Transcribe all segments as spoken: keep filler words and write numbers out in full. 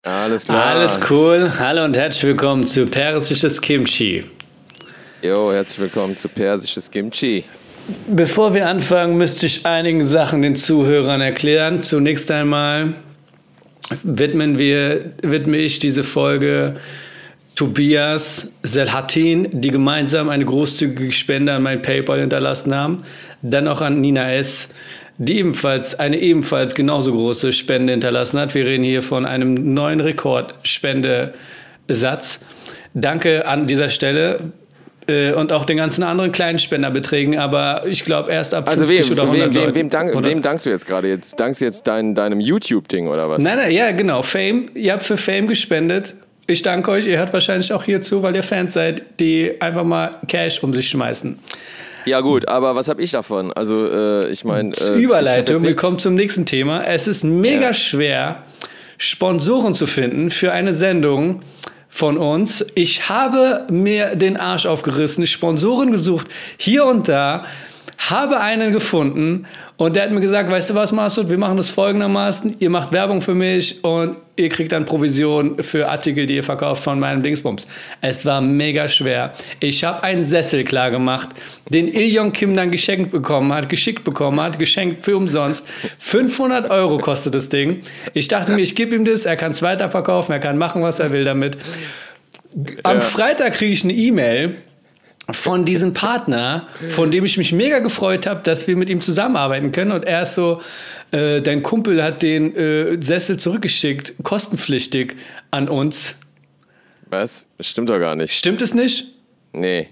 Alles klar. Alles cool. Hallo und herzlich willkommen zu Persisches Kimchi. Jo, herzlich willkommen zu Persisches Kimchi. Bevor wir anfangen, müsste ich einigen Sachen den Zuhörern erklären. Zunächst einmal widmen wir, widme ich diese Folge Tobias Selhatin, die gemeinsam eine großzügige Spende an mein PayPal hinterlassen haben. Dann auch an Nina S., die ebenfalls eine ebenfalls genauso große Spende hinterlassen hat. Wir reden hier von einem neuen Rekordspendesatz. Danke an dieser Stelle äh, und auch den ganzen anderen kleinen Spenderbeträgen, aber ich glaube erst ab Also fünfzig wem, oder hundert wem, wem, Leuten. wem, dank, Oder? wem dankst du jetzt gerade? Jetzt dankst du jetzt dein, deinem YouTube-Ding oder was? Nein, nein, ja genau, Fame. Ihr habt für Fame gespendet. Ich danke euch. Ihr hört wahrscheinlich auch hierzu, weil ihr Fans seid, die einfach mal Cash um sich schmeißen. Ja gut, aber was habe ich davon? Also äh, ich meine... Äh, Überleitung, wir kommen zum nächsten Thema. Es ist mega Ja. schwer, Sponsoren zu finden für eine Sendung von uns. Ich habe mir den Arsch aufgerissen, Sponsoren gesucht, hier und da, habe einen gefunden und der hat mir gesagt, weißt du was, Masud, wir machen das folgendermaßen, ihr macht Werbung für mich und ihr kriegt dann Provision für Artikel, die ihr verkauft von meinem Dingsbums. Es war mega schwer. Ich habe einen Sessel klar gemacht, den Iljong Kim dann geschenkt bekommen hat, geschickt bekommen hat, geschenkt für umsonst. fünfhundert Euro kostet das Ding. Ich dachte mir, ich gebe ihm das, er kann es weiterverkaufen, er kann machen, was er will damit. Am Ja. Freitag kriege ich eine E-Mail von diesem Partner, von dem ich mich mega gefreut habe, dass wir mit ihm zusammenarbeiten können. Und er ist so, äh, dein Kumpel hat den äh, Sessel zurückgeschickt, kostenpflichtig an uns. Was? Das stimmt doch gar nicht. Stimmt es nicht? Nee,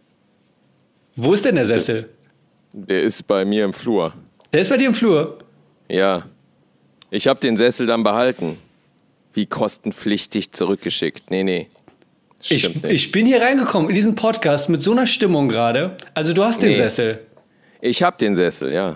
Wo ist denn der Sessel? der ist bei mir im Flur. Der ist bei dir im Flur. Ja. Ich habe den Sessel dann behalten. Wie kostenpflichtig zurückgeschickt. Nee, nee. Ich, Stimmt nicht. ich bin hier reingekommen in diesen Podcast mit so einer Stimmung gerade. Also du hast den Nee. Sessel. Ich hab den Sessel, ja.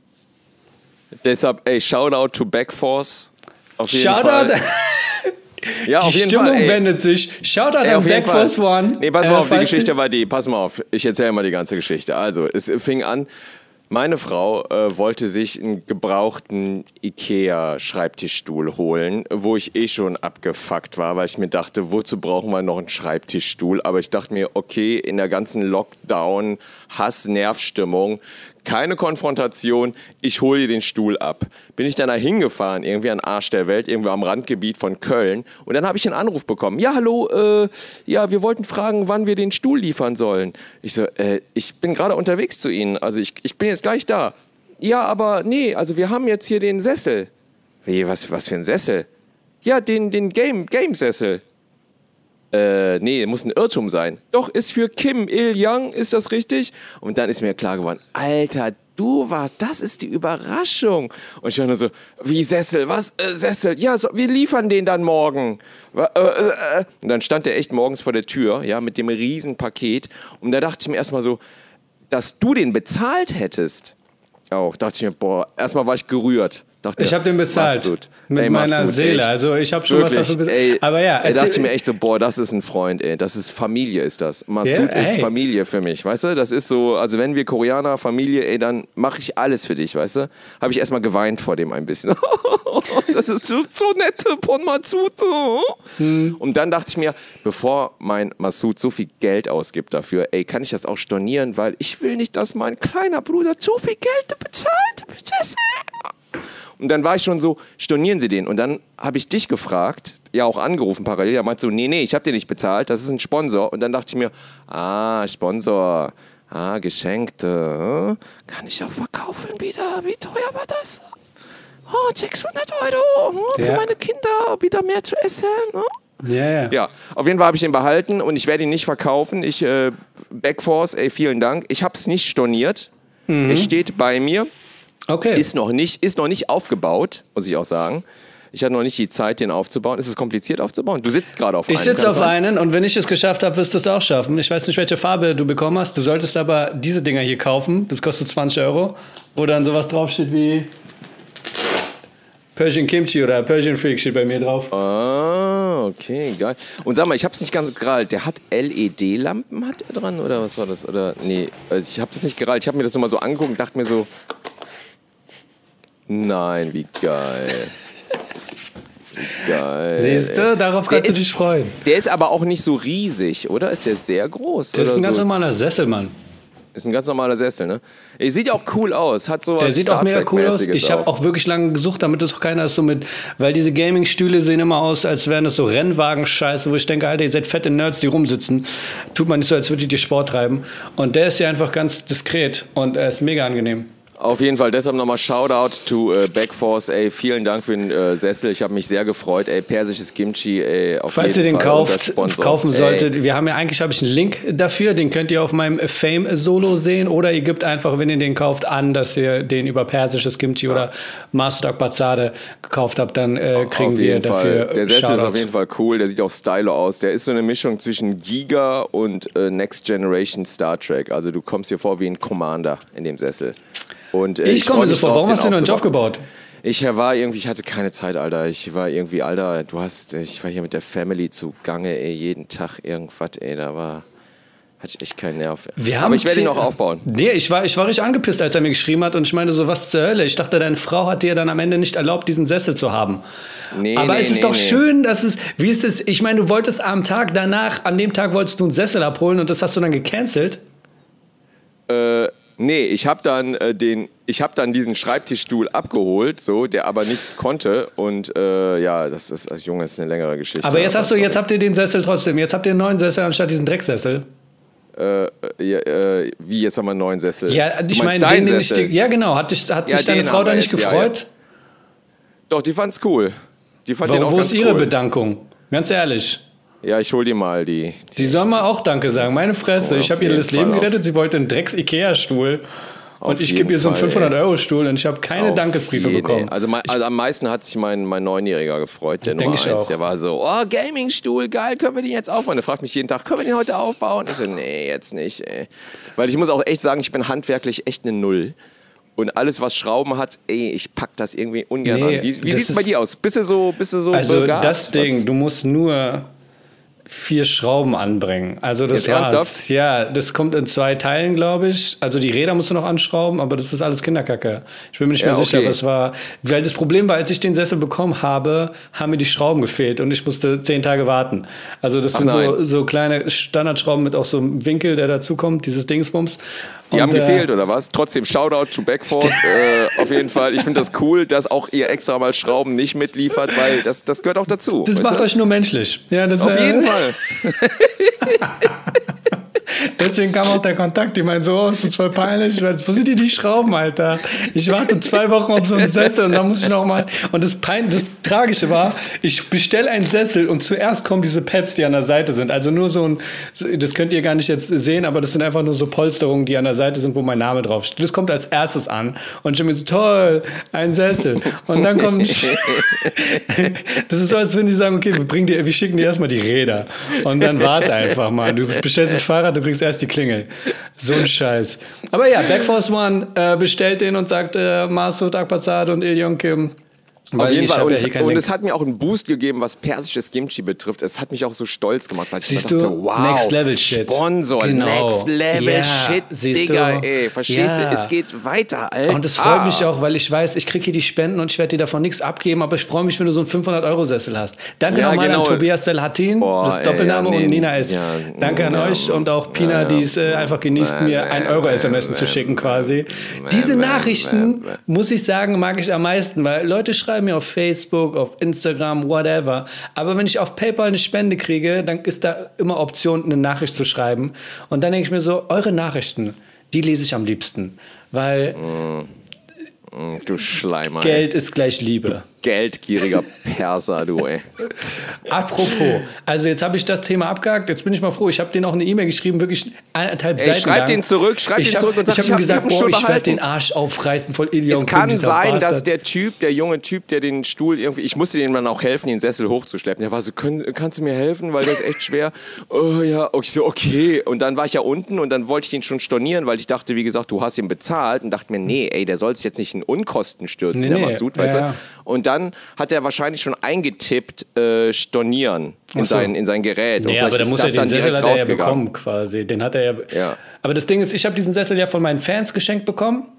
Deshalb, ey, Shoutout to Backforce. Auf jeden Shoutout. Fall. Ja, Die auf jeden Stimmung Fall, ey. wendet sich. Shoutout Ey, an auf jeden Backforce Fall. One. Nee, pass mal Äh, auf, die falls Geschichte war die. Pass mal auf, ich erzähle mal die ganze Geschichte. Also, es fing an, meine Frau äh, wollte sich einen gebrauchten Ikea-Schreibtischstuhl holen, wo ich eh schon abgefuckt war, weil ich mir dachte, wozu brauchen wir noch einen Schreibtischstuhl? Aber ich dachte mir, okay, in der ganzen Lockdown, Hass, Nervstimmung, keine Konfrontation, ich hole dir den Stuhl ab. Bin ich dann da hingefahren, irgendwie an Arsch der Welt, irgendwo am Randgebiet von Köln. Und dann habe ich einen Anruf bekommen. Ja, hallo, äh, ja, wir wollten fragen, wann wir den Stuhl liefern sollen. Ich so, äh, ich bin gerade unterwegs zu Ihnen, also ich, ich bin jetzt gleich da. Ja, aber nee, also wir haben jetzt hier den Sessel. Wie, was, was für ein Sessel? Ja, den, den Game, Game-Sessel. Äh, nee, muss ein Irrtum sein. Doch, ist für Kim Il-Young, ist das richtig? Und dann ist mir klar geworden, Alter, du warst, das ist die Überraschung. Und ich war nur so, wie Sessel, was, äh, Sessel? Ja, so, wir liefern den dann morgen. Wa- Äh, äh, äh. Und dann stand der echt morgens vor der Tür, ja, mit dem riesen Paket. Und da dachte ich mir erstmal so, dass du den bezahlt hättest. Auch, dachte ich mir, boah, erstmal war ich gerührt. Dachte Ich mir, habe den bezahlt. Masud, Mit ey, meiner Masud, Seele. echt. Also ich habe schon Wirklich, was dafür bezahlt. ey, Aber ja, ey, dachte ich erzähl- mir echt so, boah, das ist ein Freund, ey. Das ist Familie, ist das. Masud Ja, ist ey. Familie für mich, weißt du? Das ist so, also wenn wir Koreaner, Familie, ey, dann mache ich alles für dich, weißt du? Habe ich erstmal geweint vor dem ein bisschen. Das ist so, so nett von Masud. Hm. Und dann dachte ich mir, bevor mein Masud so viel Geld ausgibt dafür, ey, kann ich das auch stornieren, weil ich will nicht, dass mein kleiner Bruder so viel Geld bezahlt. Bitte. Und dann war ich schon so, stornieren Sie den. Und dann habe ich dich gefragt, ja auch angerufen parallel, er meinte so, nee, nee, ich habe den nicht bezahlt, das ist ein Sponsor. Und dann dachte ich mir, ah, Sponsor, ah, Geschenkte, kann ich auch verkaufen wieder, wie teuer war das? Oh, sechshundert Euro hm, für Ja. meine Kinder, wieder mehr zu essen. Hm? Ja, ja. Ja, auf jeden Fall habe ich den behalten und ich werde ihn nicht verkaufen. Ich, äh, Backforce, ey, vielen Dank. Ich habe es nicht storniert. Es steht bei mir. Okay. Ist noch nicht, ist noch nicht aufgebaut, muss ich auch sagen. Ich hatte noch nicht die Zeit, den aufzubauen. Ist es kompliziert aufzubauen? Du sitzt gerade auf einem. Ich sitze kann auf das sein? einen und wenn ich es geschafft habe, wirst du es auch schaffen. Ich weiß nicht, welche Farbe du bekommen hast. Du solltest aber diese Dinger hier kaufen. Das kostet zwanzig Euro. Wo dann sowas draufsteht wie Persian Kimchi oder Persian Freak steht bei mir drauf. Ah, okay, geil. Und sag mal, ich hab's nicht ganz gerallt. Der hat L E D-Lampen hat er dran oder was war das? Oder nee, also ich hab das nicht gerallt. Ich hab mir das nur mal so angeguckt und dachte mir so, nein, wie geil. Geil. Siehst du, darauf Der kannst du ist- dich freuen. Der ist aber auch nicht so riesig, oder? Ist der sehr groß? Das ist oder ein ganz so? normaler Sessel, Mann. Ist ein ganz normaler Sessel, ne? Er sieht ja auch cool aus. Hat so Der was sieht Star auch mega cool aus. Trek-mäßiges Ich habe auch wirklich lange gesucht, damit es auch keiner ist so mit, weil diese Gaming-Stühle sehen immer aus, als wären das so Rennwagen-Scheiße, wo ich denke, Alter, ihr seid fette Nerds, die rumsitzen. Tut man nicht so, als würdet ihr Sport treiben. Und der ist ja einfach ganz diskret und er ist mega angenehm. Auf jeden Fall, deshalb nochmal Shoutout to äh, Backforce, ey, vielen Dank für den äh, Sessel, ich habe mich sehr gefreut, ey, persisches Kimchi, ey, auf Falls ihr jeden den Fall unser kauft, Sponsor. kaufen Ey. solltet, wir haben ja eigentlich habe ich einen Link dafür, den könnt ihr auf meinem Fame-Solo sehen oder ihr gebt einfach, wenn ihr den kauft, an, dass ihr den über persisches Kimchi oder Mastertag Bazade gekauft habt, dann äh, kriegen Auf wir jeden dafür Fall. Der Sessel ist Shoutout. auf jeden Fall cool, der sieht auch stylo aus. Der ist so eine Mischung zwischen Giga und äh, Next Generation Star Trek. Also du kommst hier vor wie ein Commander in dem Sessel. Und, äh, Ich komme freu mir so mich vor, drauf, warum den hast du denn einen Job aufzubauen. gebaut? Ich war irgendwie, ich hatte keine Zeit, Alter. Ich war irgendwie, Alter, du hast, ich war hier mit der Family zugange, ey, jeden Tag irgendwas, ey, da war, hatte ich echt keinen Nerv. Wir haben Aber ich werde ihn zehn- noch aufbauen. Nee, ich war, ich war richtig angepisst, als er mir geschrieben hat und ich meine so, was zur Hölle? Ich dachte, deine Frau hat dir dann am Ende nicht erlaubt, diesen Sessel zu haben. Nee, Aber nee, es ist nee, doch nee. schön, dass es, wie ist es, ich meine, du wolltest am Tag danach, an dem Tag wolltest du einen Sessel abholen und das hast du dann gecancelt. Äh, nee, ich habe dann äh, den, ich habe dann diesen Schreibtischstuhl abgeholt, so, der aber nichts konnte und äh, ja, das ist, also, Junge, ist eine längere Geschichte. Aber jetzt hast du, sorry. jetzt habt ihr den Sessel trotzdem, jetzt habt ihr einen neuen Sessel anstatt diesen Drecksessel. Äh, ja, äh, wie, jetzt haben wir einen neuen Sessel? Ja, Du ich meinst meine, den, deinen den ich, Sessel? dir- ja genau, hat, dich, hat Ja, sich deine den Frau haben da wir nicht jetzt, ja, gefreut? Doch, die fand's cool. Die fand den Wo, auch wo ganz ist ihre cool. Bedankung? Ganz ehrlich. Ja, ich hol dir mal die. die Sie soll mal auch Danke sagen. Meine Fresse, Oh, ich auf habe ihr jeden das Leben Fall, gerettet. Sie wollte einen Drecks-Ikea-Stuhl. Und Auf ich jeden gebe ihr so einen Fall, fünfhundert-Euro-Stuhl und ich habe keine Auf Dankesbriefe jeden, bekommen. ey. Also, mein, also am meisten hat sich mein, mein Neunjähriger gefreut, der Denk Nummer ich eins. auch. Der war so, oh, Gaming-Stuhl, geil, können wir den jetzt aufbauen? Der fragt mich jeden Tag, können wir den heute aufbauen? Ich so, nee, jetzt nicht, ey. Weil ich muss auch echt sagen, ich bin handwerklich echt eine Null. Und alles, was Schrauben hat, ey, ich pack das irgendwie ungern Nee, an. Wie, wie das sieht's bei ist- dir aus? Bist du so, bist du so Also begabt? das Ding, Was- du musst nur vier Schrauben anbringen. Also das Jetzt war's. ernsthaft? Ja, das kommt in zwei Teilen, glaube ich. Also die Räder musst du noch anschrauben, aber das ist alles Kinderkacke. Ich bin mir nicht Ja, mehr sicher, okay. was war. Weil das Problem war, als ich den Sessel bekommen habe, haben mir die Schrauben gefehlt und ich musste zehn Tage warten. Also das Ach sind so, nein. so kleine Standardschrauben mit auch so einem Winkel, der dazukommt, dieses Dingsbums. Die Und, haben äh, gefehlt, oder was? Trotzdem Shoutout to Backforce. äh, auf jeden Fall. Ich finde das cool, dass auch ihr extra mal Schrauben nicht mitliefert, weil das, das gehört auch dazu. Das weißt macht du? euch nur menschlich. Ja, das, Auf äh, jeden Fall. Deswegen kam auch der Kontakt. Die meinen so, oh, ist das voll peinlich. Ich weiß, wo sind die, die Schrauben, Alter? Ich warte zwei Wochen auf so einen Sessel und dann muss ich noch mal. Und das, Pein das Tragische war, ich bestelle einen Sessel und zuerst kommen diese Pads, die an der Seite sind. Also nur so ein, das könnt ihr gar nicht jetzt sehen, aber das sind einfach nur so Polsterungen, die an der Seite sind, wo mein Name draufsteht. Das kommt als erstes an. Und ich bin mir so, toll, ein Sessel. Und dann kommt, das ist so, als würden die sagen, okay, wir, bringen dir, wir schicken dir erstmal die Räder. Und dann warte einfach mal. Du bestellst das Fahrrad, du kriegst erst die Klingel. So ein Scheiß. Aber ja, Backforce One äh, bestellt den und sagt, äh, Maso, Dagpazad und Il Kim. Auf jeden Fall. Und, Ja es, hier keinen und Link. es hat mir auch einen Boost gegeben, was persisches Kimchi betrifft. Es hat mich auch so stolz gemacht, weil ich Siehst mir dachte, du? wow, Next Level Shit. Sponsor, Genau. Next Level Ja, Shit, siehst Digga, du? ey. Verstehst Ja. du? Es geht weiter, Alter. Und es freut mich auch, weil ich weiß, ich kriege hier die Spenden und ich werde dir davon nichts abgeben, aber ich freue mich, wenn du so einen fünfhundert-Euro-Sessel hast. Danke Ja, nochmal genau. an Tobias Delhatin, Boah, das ey, Doppelname, ja, nee, und Nina S. ja, Danke an ja, euch und auch Pina, ja, die es äh, einfach genießt, mir ein Euro-S M S zu schicken quasi. Diese Nachrichten, muss ich sagen, mag ich am meisten, weil Leute schreiben mir auf Facebook, auf Instagram, whatever. Aber wenn ich auf PayPal eine Spende kriege, dann ist da immer Option, eine Nachricht zu schreiben. Und dann denke ich mir so, eure Nachrichten, die lese ich am liebsten. Weil Du Schleimer. Geld ist gleich Liebe. Geldgieriger Perser, du, ey. Apropos, also jetzt habe ich das Thema abgehakt, jetzt bin ich mal froh, ich habe denen auch eine E-Mail geschrieben, wirklich eineinhalb Ey, Seiten schreib lang. den zurück, schreib ich den hab, zurück und sag, ich habe ich ihm hab- gesagt, ich hab ihn boah, schon ich werde behalten. den Arsch aufreißen voll Ilion. Es kann dieser sein, dass Bastard. der Typ, der junge Typ, der den Stuhl irgendwie, ich musste dem dann auch helfen, den Sessel hochzuschleppen. Der war so, können, kannst du mir helfen, weil das ist echt schwer. Oh ja, ich so, okay. Und dann war ich ja unten und dann wollte ich den schon stornieren, weil ich dachte, wie gesagt, du hast ihn bezahlt und dachte mir, nee, ey, der soll sich jetzt nicht in Unkosten stürzen, Nee, der nee, Massoud, weißt ja. du. Und dann hat er wahrscheinlich schon eingetippt, äh, stornieren in, Ach so. sein, in sein Gerät. Und Ja, aber vielleicht da ist muss das er den dann Sessel direkt hat er ja rausgegangen. bekommen quasi. Den hat er ja, Ja. Aber das Ding ist, ich habe diesen Sessel ja von meinen Fans geschenkt bekommen.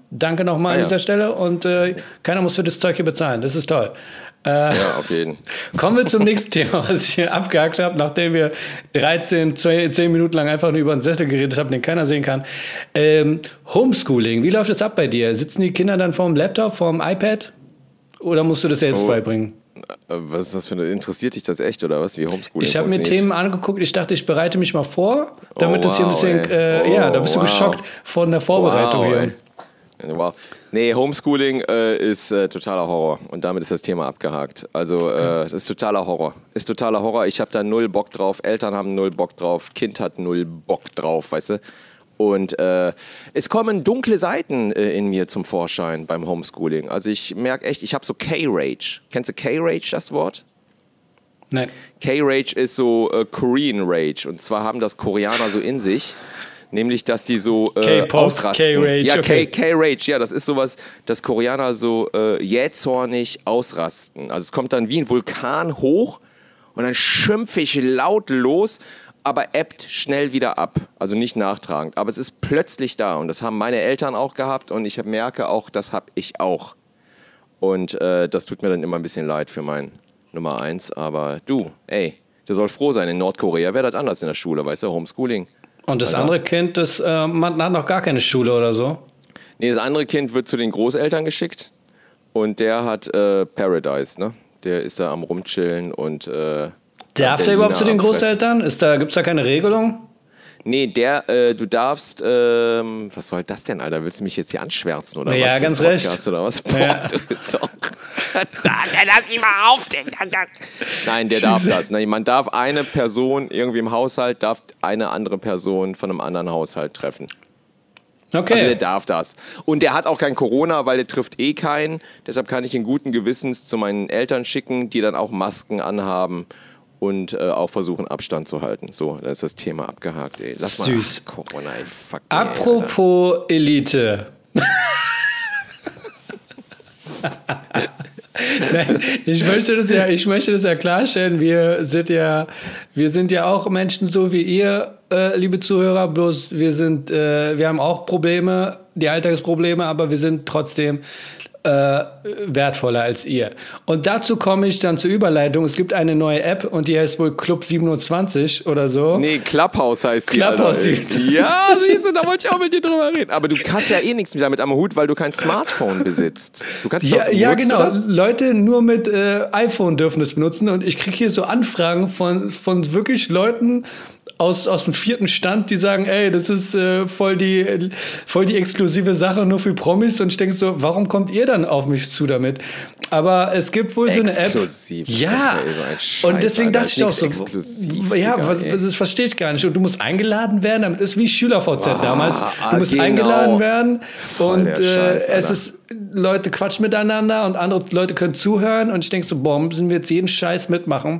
Danke nochmal Ah, an ja. dieser Stelle und äh, keiner muss für das Zeug hier bezahlen. Das ist toll. Äh, Ja, auf jeden. Kommen wir zum nächsten Thema, was ich hier abgehakt habe, nachdem wir dreizehn, zehn Minuten lang einfach nur über einen Sessel geredet haben, den keiner sehen kann. Ähm, Homeschooling, wie läuft das ab bei dir? Sitzen die Kinder dann vorm Laptop, vorm iPad? Oder musst du das selbst Oh. beibringen? Was ist das für eine, interessiert dich das echt oder was, wie Homeschooling Ich habe mir funktioniert? Themen angeguckt, ich dachte, ich bereite mich mal vor, damit Oh, das hier ein wow, bisschen, ey. äh, ja, da Oh, bist du wow. geschockt von der Vorbereitung Wow, hier. ey. Wow. Nee, Homeschooling äh, ist äh, totaler Horror und damit ist das Thema abgehakt. Also äh, das ist totaler Horror. Ist totaler Horror. Ich habe da null Bock drauf, Eltern haben null Bock drauf, Kind hat null Bock drauf, weißt du? Und äh, es kommen dunkle Seiten äh, in mir zum Vorschein beim Homeschooling. Also ich merke echt, ich habe so K-Rage. Kennst du K-Rage, das Wort? Nein. K-Rage ist so äh, Korean Rage. Und zwar haben das Koreaner so in sich, nämlich, dass die so äh, K-Pop, ausrasten. K-Rage, ja, okay. K- K-Rage, ja, das ist sowas, dass Koreaner so äh, jähzornig ausrasten. Also es kommt dann wie ein Vulkan hoch und dann schimpfe ich laut los, aber ebbt schnell wieder ab. Also nicht nachtragend. Aber es ist plötzlich da und das haben meine Eltern auch gehabt und ich merke auch, das habe ich auch. Und äh, das tut mir dann immer ein bisschen leid für meinen Nummer eins. Aber du, ey, der soll froh sein. In Nordkorea wäre das anders in der Schule, weißt du, Homeschooling. Und das Alter. andere Kind, das äh, man hat noch gar keine Schule oder so? Nee, das andere Kind wird zu den Großeltern geschickt und der hat äh, Paradise, ne? Der ist da am Rumchillen und äh, Darf der überhaupt zu den Großeltern? Ist da, gibt es da keine Regelung? Nee, der, äh, du darfst, ähm, was soll das denn, Alter? Willst du mich jetzt hier anschwärzen oder Ja, was? ganz Im Podcast recht. Oder was? Boah, Ja. du bist auch... Danke, dass ich mal auf den... Nein, der darf das. Ne? Man darf eine Person irgendwie im Haushalt, darf eine andere Person von einem anderen Haushalt treffen. Okay. Also der darf das. Und der hat auch kein Corona, weil der trifft eh keinen. Deshalb kann ich ihn guten Gewissens zu meinen Eltern schicken, die dann auch Masken anhaben und äh, auch versuchen, Abstand zu halten. So, da ist das Thema abgehakt, ey. Lass Süß. mal. Ach, Corona, ey, fuck me, Apropos Elite. Nein, ich möchte das ja, ich möchte das ja klarstellen. Wir sind ja, wir sind ja auch Menschen so wie ihr, äh, liebe Zuhörer. Bloß wir sind, äh, wir haben auch Probleme, die Alltagsprobleme, aber wir sind trotzdem äh, wertvoller als ihr. Und dazu komme ich dann zur Überleitung. Es gibt eine neue App und die heißt wohl Club siebenundzwanzig oder so. Nee, Clubhouse heißt die. Clubhouse, Alter, ey. die- Ja, siehst du, da wollte ich auch mit dir drüber reden. Aber du hast ja eh nichts damit am Hut, weil du kein Smartphone besitzt. Du kannst Ja, doch, ja nutzt du genau. das? Leute nur mit äh, iPhone dürfen das benutzen und ich kriege hier so Anfragen von, von wirklich Leuten aus, aus dem vierten Stand, die sagen, ey, das ist äh, voll, die, voll die exklusive Sache nur für Promis und ich denke so, warum kommt ihr dann auf mich zu damit? Aber es gibt wohl so eine App. Exklusiv. Ja, Sache, ey, so ein Scheiß, und deswegen Alter. dachte ich auch Ist so, nix exklusiv, ja, Digga, was, ey. das verstehe ich gar nicht. Und du musst eingeladen werden, damit ist wie SchülerVZ damals. Du ah, musst genau. eingeladen werden Voll und der äh, Scheiß, es Alter. ist, Leute quatschen miteinander und andere Leute können zuhören und ich denke so, boah, müssen wir jetzt jeden Scheiß mitmachen.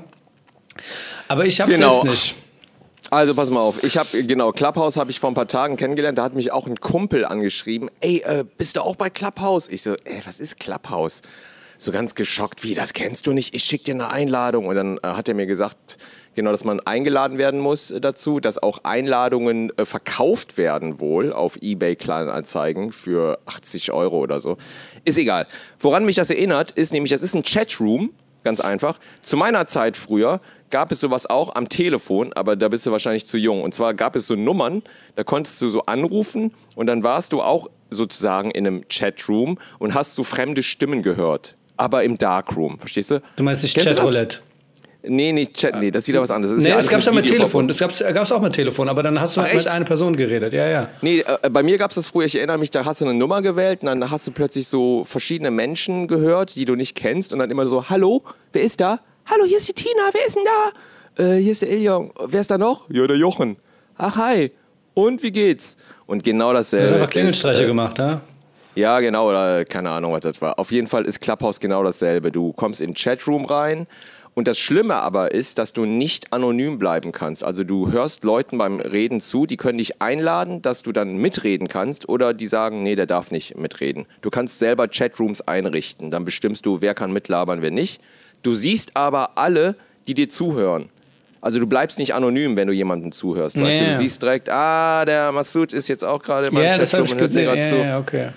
Aber ich habe Genau. selbst nicht. Also pass mal auf, ich habe, genau, Clubhouse habe ich vor ein paar Tagen kennengelernt, da hat mich auch ein Kumpel angeschrieben, ey, äh, bist du auch bei Clubhouse? Ich so, ey, was ist Clubhouse? So ganz geschockt, wie, das kennst du nicht? Ich schick dir eine Einladung. Und dann äh, hat er mir gesagt, genau, dass man eingeladen werden muss äh, dazu, dass auch Einladungen äh, verkauft werden wohl auf eBay Kleinanzeigen für achtzig Euro oder so. Ist egal. Woran mich das erinnert, ist nämlich, das ist ein Chatroom, ganz einfach. Zu meiner Zeit früher gab es sowas auch am Telefon, aber da bist du wahrscheinlich zu jung. Und zwar gab es so Nummern, da konntest du so anrufen und dann warst du auch sozusagen in einem Chatroom und hast so fremde Stimmen gehört. Aber im Darkroom, verstehst du? Du meinst nicht Kennst du das? Chatroulette? Nee, nicht Chat, nee, das ist wieder was anderes. Das ist Nee, ja das alles gab es auch mit Video Telefon. verbunden. Das gab es auch mit Telefon, aber dann hast du Ach, mit echt? einer Person geredet. Ja, ja. Nee, äh, bei mir gab es das früher, ich erinnere mich, da hast du eine Nummer gewählt und dann hast du plötzlich so verschiedene Menschen gehört, die du nicht kennst und dann immer so, hallo, wer ist da? Hallo, hier ist die Tina, wer ist denn da? Äh, hier ist der Iljon. Wer ist da noch? Ja, der Jochen. Ach, hi. Und wie geht's? Und genau Du dasselbe. hast einfach Klingelstreiche ist, äh, gemacht, ha? Ja, genau, oder keine Ahnung, was das war. Auf jeden Fall ist Clubhouse genau dasselbe. Du kommst in den Chatroom rein und das Schlimme aber ist, dass du nicht anonym bleiben kannst. Also du hörst Leuten beim Reden zu, die können dich einladen, dass du dann mitreden kannst oder die sagen, nee, der darf nicht mitreden. Du kannst selber Chatrooms einrichten, dann bestimmst du, wer kann mitlabern, wer nicht. Du siehst aber alle, die dir zuhören. Also du bleibst nicht anonym, wenn du jemandem zuhörst. Weißt Ja, du? ja. Du siehst direkt, ah, der Massoud ist jetzt auch gerade in meinem Ja, das habe Chatroom ich und hört mir gesehen. gerade Ja, zu. ja, okay.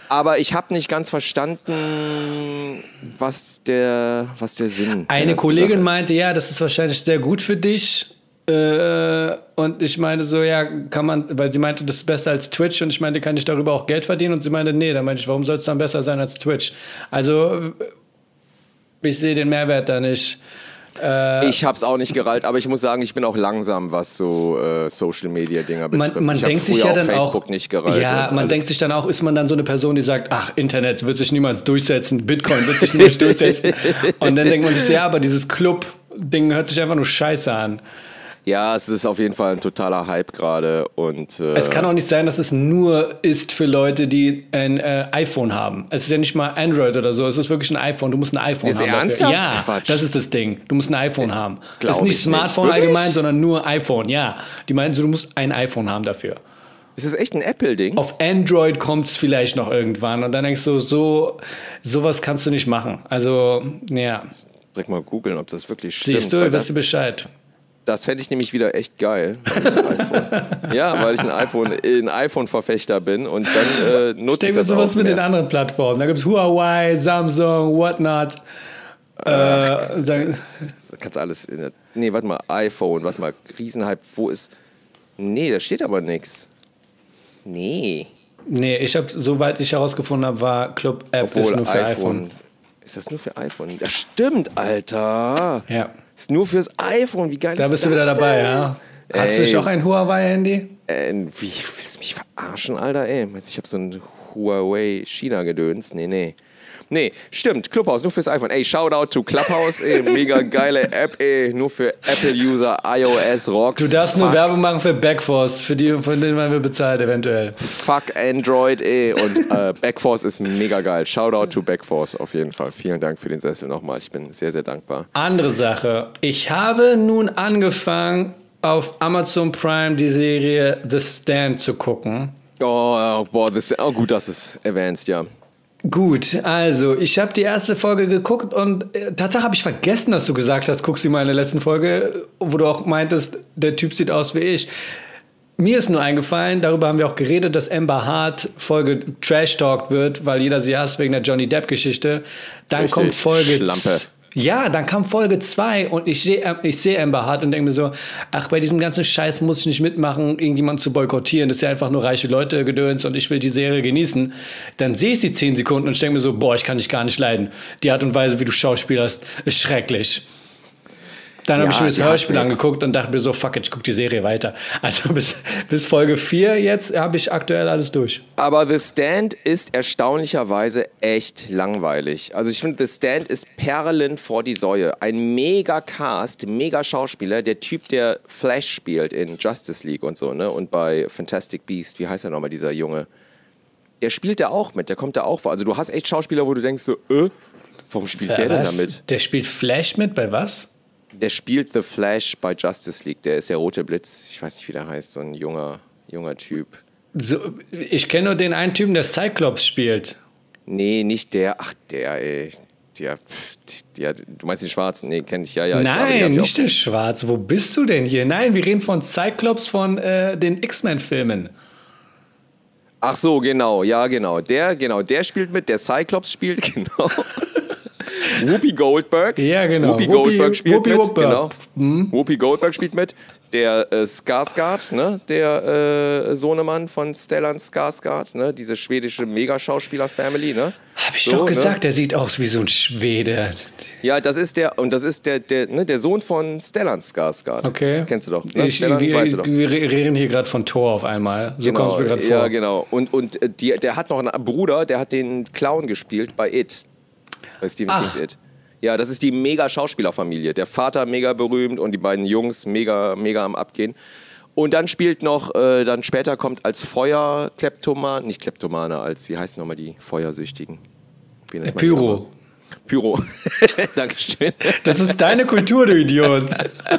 Aber ich habe nicht ganz verstanden, was der, was der Sinn Eine Kollegin meinte, ja, das ist wahrscheinlich sehr gut für dich. Äh, und ich meinte so, ja, kann man, weil sie meinte, das ist besser als Twitch. Und ich meinte, kann ich darüber auch Geld verdienen? Und sie meinte, nee. Dann meinte ich, warum soll es dann besser sein als Twitch? Also, ich sehe den Mehrwert da nicht. Äh, ich habe es auch nicht gerallt, aber ich muss sagen, ich bin auch langsam, was so äh, Social-Media-Dinger betrifft. Man, man ich denkt sich ja dann Facebook auch, nicht gerallt. Ja, man alles. denkt sich dann auch, ist man dann so eine Person, die sagt, ach, Internet wird sich niemals durchsetzen, Bitcoin wird sich niemals durchsetzen. Und dann denkt man sich, ja, aber dieses Club-Ding hört sich einfach nur scheiße an. Ja, es ist auf jeden Fall ein totaler Hype gerade. Und äh es kann auch nicht sein, dass es nur ist für Leute, die ein äh, iPhone haben. Es ist ja nicht mal Android oder so, es ist wirklich ein iPhone. Du musst ein iPhone ist haben. Ernsthaft? Dafür. Ja, Quatsch. Das ist das Ding. Du musst ein iPhone haben. Glaub das ist nicht Smartphone nicht. allgemein, sondern nur iPhone. Ja, die meinen so, du musst ein iPhone haben dafür. Ist das echt ein Apple-Ding? Auf Android kommt es vielleicht noch irgendwann. Und dann denkst du, so sowas kannst du nicht machen. Also, ja. Direkt mal googeln, ob das wirklich stimmt. Siehst du, weißt du Bescheid. Das fände ich nämlich wieder echt geil. Weil ich ein iPhone, ja, weil ich ein iPhone, ein iPhone-Verfechter bin und dann äh, nutze ich das sowas auch mit mehr. den anderen Plattformen. Da gibt es Huawei, Samsung, whatnot. Äh, sagen. Kannst alles in der, nee, warte mal, iPhone, warte mal, Riesenhype, wo ist, nee, da steht aber nichts. Nee. Nee, ich habe, soweit ich herausgefunden habe, war Club App Obwohl, ist nur für iPhone. iPhone. Ist das nur für iPhone? Das stimmt, Alter. Ja. Ist nur fürs iPhone, wie geil da ist das? Da bist du wieder denn? dabei, ja. Hast ey, du nicht auch ein Huawei-Handy? Äh, wie, willst du mich verarschen, Alter? Ey, ich habe so ein Huawei-China-Gedöns. Nee, nee. Nee, stimmt, Clubhouse, nur fürs iPhone. Ey, Shoutout to Clubhouse, ey, mega geile App, ey, nur für Apple-User, iOS, Rocks. Du darfst Fuck. nur Werbung machen für Backforce, für die, von denen man bezahlt eventuell. Fuck Android, ey, und äh, Backforce ist mega geil. Shoutout to Backforce auf jeden Fall. Vielen Dank für den Sessel nochmal, ich bin sehr, sehr dankbar. Andere Sache, ich habe nun angefangen, auf Amazon Prime die Serie The Stand zu gucken. Oh, boah, das ist oh, gut, dass es erwähnst, ja. Gut, also ich habe die erste Folge geguckt und äh, tatsächlich habe ich vergessen, dass du gesagt hast, guck sie mal in der letzten Folge, wo du auch meintest, der Typ sieht aus wie ich. Mir ist nur eingefallen, darüber haben wir auch geredet, dass Amber Hart Folge Trash-Talked wird, weil jeder sie hasst wegen der Johnny Depp-Geschichte. Dann Richtig, kommt Folge... Schlampe. Ja, dann kam Folge zwei und ich sehe ich seh Amber Hart und denke mir so, ach, bei diesem ganzen Scheiß muss ich nicht mitmachen, irgendjemanden zu boykottieren. Das ist ja einfach nur reiche Leute gedöns und ich will die Serie genießen. Dann sehe ich sie zehn Sekunden und ich denke mir so, boah, ich kann dich gar nicht leiden. Die Art und Weise, wie du schauspielerst, ist schrecklich. Dann ja, habe ich mir das Hörspiel angeguckt und dachte mir so, fuck it, ich gucke die Serie weiter. Also bis, bis Folge vier jetzt habe ich aktuell alles durch. Aber The Stand ist erstaunlicherweise echt langweilig. Also ich finde, The Stand ist Perlen vor die Säue. Ein mega Cast, mega Schauspieler. Der Typ, der Flash spielt in Justice League und so, ne? Und bei Fantastic Beast, wie heißt er nochmal, dieser Junge? Der spielt da auch mit, der kommt da auch vor. Also du hast echt Schauspieler, wo du denkst so, äh, warum spielt ja, der was? denn damit? Der spielt Flash mit, bei was? Der spielt The Flash bei Justice League. Der ist der rote Blitz. Ich weiß nicht, wie der heißt. So ein junger, junger Typ. So, ich kenne nur den einen Typen, der Cyclops spielt. Nee, nicht der. Ach, der, ey. Der, der, du meinst den Schwarzen? Nee, kenn ich. Ja, ja. Nein, ich, nicht der Schwarze. Wo bist du denn hier? Nein, wir reden von Cyclops von äh, den X-Men-Filmen. Ach so, genau. Ja, genau. Der, genau. Der spielt mit. Der Cyclops spielt, genau. Whoopi Goldberg. Ja, genau. Whoopi Goldberg spielt Whoopi mit. Goldberg. Genau. Mhm. Whoopi Goldberg spielt mit. Der äh, Skarsgård, ne? Der äh, Sohnemann von Stellan Skarsgård, ne? Diese schwedische Megaschauspieler-Family, ne? Hab ich so, doch gesagt, ne? Der sieht aus wie so ein Schwede. Ja, das ist der, und das ist der, der, ne, der Sohn von Stellan Skarsgård. Okay. Kennst du doch, ne? Ich, Stellan, wir, weißt du doch. Wir reden hier gerade von Thor auf einmal. So genau, kommst du mir gerade vor. Ja, genau. Und, und die, der hat noch einen Bruder, der hat den Clown gespielt bei It. Bei Stephen Ach. King's It. Ja, das ist die Mega-Schauspielerfamilie. Der Vater mega berühmt und die beiden Jungs mega, mega am Abgehen. Und dann spielt noch, äh, dann später kommt als Feuerkleptoman, nicht Kleptomane, als, wie heißen nochmal die Feuersüchtigen? Wie nennt man die Pyro. nochmal? Pyro. Dankeschön. Das ist deine Kultur, du Idiot.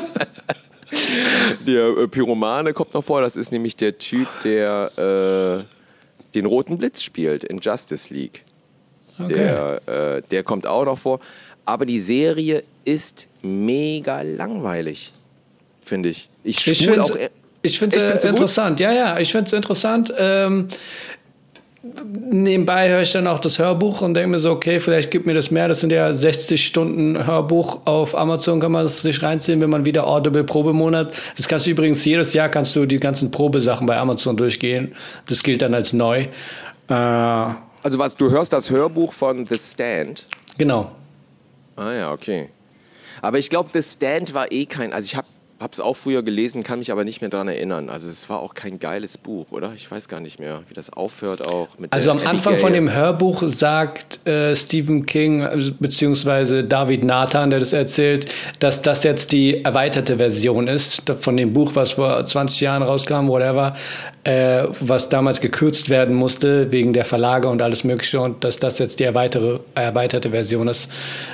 Der äh, Pyromane kommt noch vor, das ist nämlich der Typ, der äh, den roten Blitz spielt in Justice League. Okay. Der, äh, der kommt auch noch vor. Aber die Serie ist mega langweilig, finde ich. Ich Ich finde es ich Echt, äh, interessant. Ja, ja, ich finde es interessant. Ähm, nebenbei höre ich dann auch das Hörbuch und denke mir so, okay, vielleicht gibt mir das mehr. Das sind ja sechzig Stunden Hörbuch. Auf Amazon kann man das sich reinziehen, wenn man wieder Audible Probemonat. Das kannst du übrigens jedes Jahr, kannst du die ganzen Probesachen bei Amazon durchgehen. Das gilt dann als neu. Äh, also was, du hörst das Hörbuch von The Stand? Genau. Ah ja, okay. Aber ich glaube, The Stand war eh kein, also ich habe Habe es auch früher gelesen, kann mich aber nicht mehr daran erinnern. Also es war auch kein geiles Buch, oder? Ich weiß gar nicht mehr, wie das aufhört auch. Mit also der am Anfang Abigail. von dem Hörbuch sagt äh, Stephen King, äh, beziehungsweise David Nathan, der das erzählt, dass das jetzt die erweiterte Version ist von dem Buch, was vor zwanzig Jahren rauskam, whatever, äh, was damals gekürzt werden musste wegen der Verlage und alles Mögliche und dass das jetzt die erweitere, erweiterte Version ist.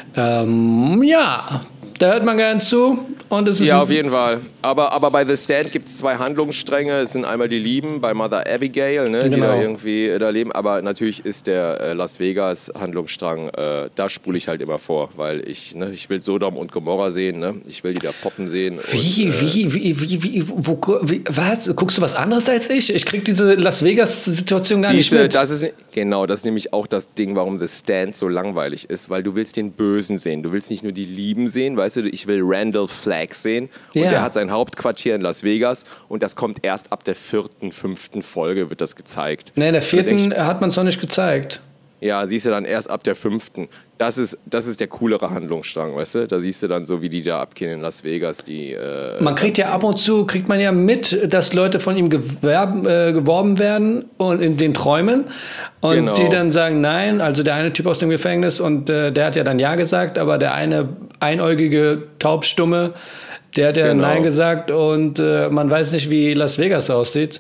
Ähm, ja, da hört man gern zu. Und es ist ja, auf jeden Fall. Aber, aber bei The Stand gibt es zwei Handlungsstränge. Es sind einmal die Lieben bei Mother Abigail, ne, genau. die da irgendwie äh, da leben. Aber natürlich ist der äh, Las Vegas Handlungsstrang, äh, da spule ich halt immer vor, weil ich, ne, ich will Sodom und Gomorra sehen, ne? Ich will die da poppen sehen. Wie, und, äh, wie, wie, wie, wie, wo, wie, was? Guckst du was anderes als ich? Ich krieg diese Las Vegas-Situation gar Siehste, nicht mit. das ist, genau, das ist nämlich auch das Ding, warum The Stand so langweilig ist, weil du willst den Bösen sehen. Du willst nicht nur die Lieben sehen, weißt du, ich will Randall Flagg sehen und Ja. der hat sein Hauptquartier in Las Vegas und das kommt erst ab der vierten, fünften Folge wird das gezeigt. Nee, in der vierten denkst, hat man es noch nicht gezeigt. ja, siehst du dann erst ab der fünften. Das ist, das ist der coolere Handlungsstrang, weißt du? Da siehst du dann so, wie die da abgehen in Las Vegas. Die, äh, Man kriegt ja ab und zu, kriegt man ja mit, dass Leute von ihm gewerben, äh, geworben werden und in den Träumen und Genau. die dann sagen nein, also der eine Typ aus dem Gefängnis und äh, der hat ja dann ja gesagt, aber der eine einäugige Taubstumme, der hat ja Genau. nein gesagt und äh, man weiß nicht, wie Las Vegas aussieht.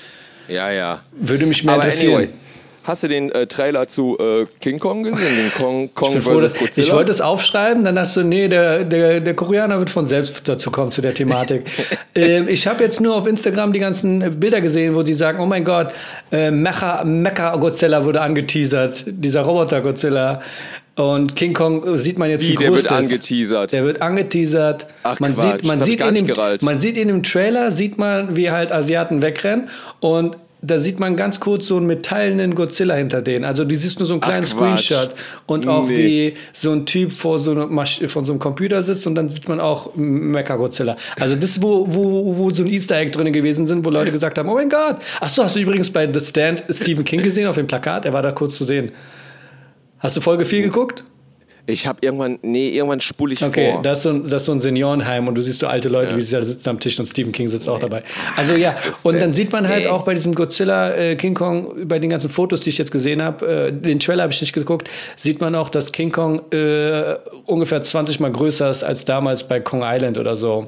Ja, ja. Würde mich mehr Aber interessieren. anyway, hast du den äh, Trailer zu äh, King Kong gesehen? Den Kong, Kong Ich bin froh, versus dass- Godzilla? Ich wollte es aufschreiben, dann dachte ich so, nee, der, der, der Koreaner wird von selbst dazu kommen, zu der Thematik. ähm, ich habe jetzt nur auf Instagram die ganzen Bilder gesehen, wo die sagen, oh mein Gott, äh, Mecha, Mecha Godzilla wurde angeteasert, dieser Roboter Godzilla. Und King Kong sieht man jetzt, wie, Wie, der groß wird das ist. angeteasert. Der wird angeteasert. Ach, man Quatsch, sieht, man das hab ich sieht, gar in nicht dem, gerallt. man sieht in dem Trailer, sieht man, wie halt Asiaten wegrennen und da sieht man ganz kurz so einen metallenen Godzilla hinter denen. Also du siehst nur so einen Ach, kleinen Quatsch. Screenshot und auch Nee. wie so ein Typ vor so, einer Masch- von so einem Computer sitzt und dann sieht man auch Mecha-Godzilla. Also das, wo, wo, wo so ein Easter Egg drin gewesen sind, wo Leute gesagt haben, oh mein Gott. Achso, hast du übrigens bei The Stand Stephen King gesehen auf dem Plakat? Er war da kurz zu sehen. Hast du Folge vier geguckt? Ich habe irgendwann, nee, irgendwann spule ich Okay, vor. das ist, so ein, das ist so ein Seniorenheim und du siehst so alte Leute, Ja. wie sie da sitzen am Tisch und Stephen King sitzt auch dabei. Also ja, ist und der- dann sieht man halt nee. auch bei diesem Godzilla, äh, King Kong, bei den ganzen Fotos, die ich jetzt gesehen habe, äh, den Trailer habe ich nicht geguckt, sieht man auch, dass King Kong äh, ungefähr zwanzig Mal größer ist als damals bei Kong Island oder so.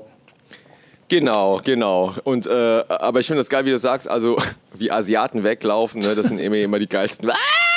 Genau, genau. Und, äh, aber ich finde das geil, wie du sagst, also wie Asiaten weglaufen, ne, das sind immer, immer die geilsten.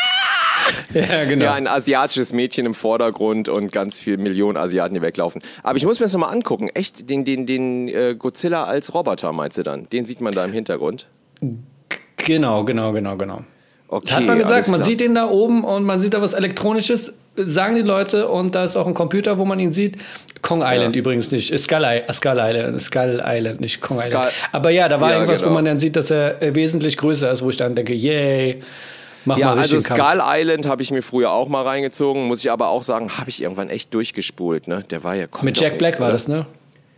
Ja, genau. Ja, ein asiatisches Mädchen im Vordergrund und ganz viele Millionen Asiaten, die weglaufen. Aber ich muss mir das nochmal angucken. Echt, den, den, den äh, Godzilla als Roboter meinst du dann? Den sieht man da im Hintergrund? Genau, genau, genau, genau. Okay, Hat man gesagt, alles man klar. sieht ihn da oben und man sieht da was Elektronisches, sagen die Leute, und da ist auch ein Computer, wo man ihn sieht. Kong Island Ja. übrigens nicht, Skull, I- Skull Island, Skull Island, nicht Kong Skull- Island. Aber ja, da war Ja, irgendwas, genau. wo man dann sieht, dass er äh, wesentlich größer ist, wo ich dann denke, yay, mach Ja, mal also richtig Kampf. Skull Island habe ich mir früher auch mal reingezogen, muss ich aber auch sagen, habe ich irgendwann echt durchgespult. Ne? Der war ja kommt Mit doch Jack nix, Black war oder? das, ne?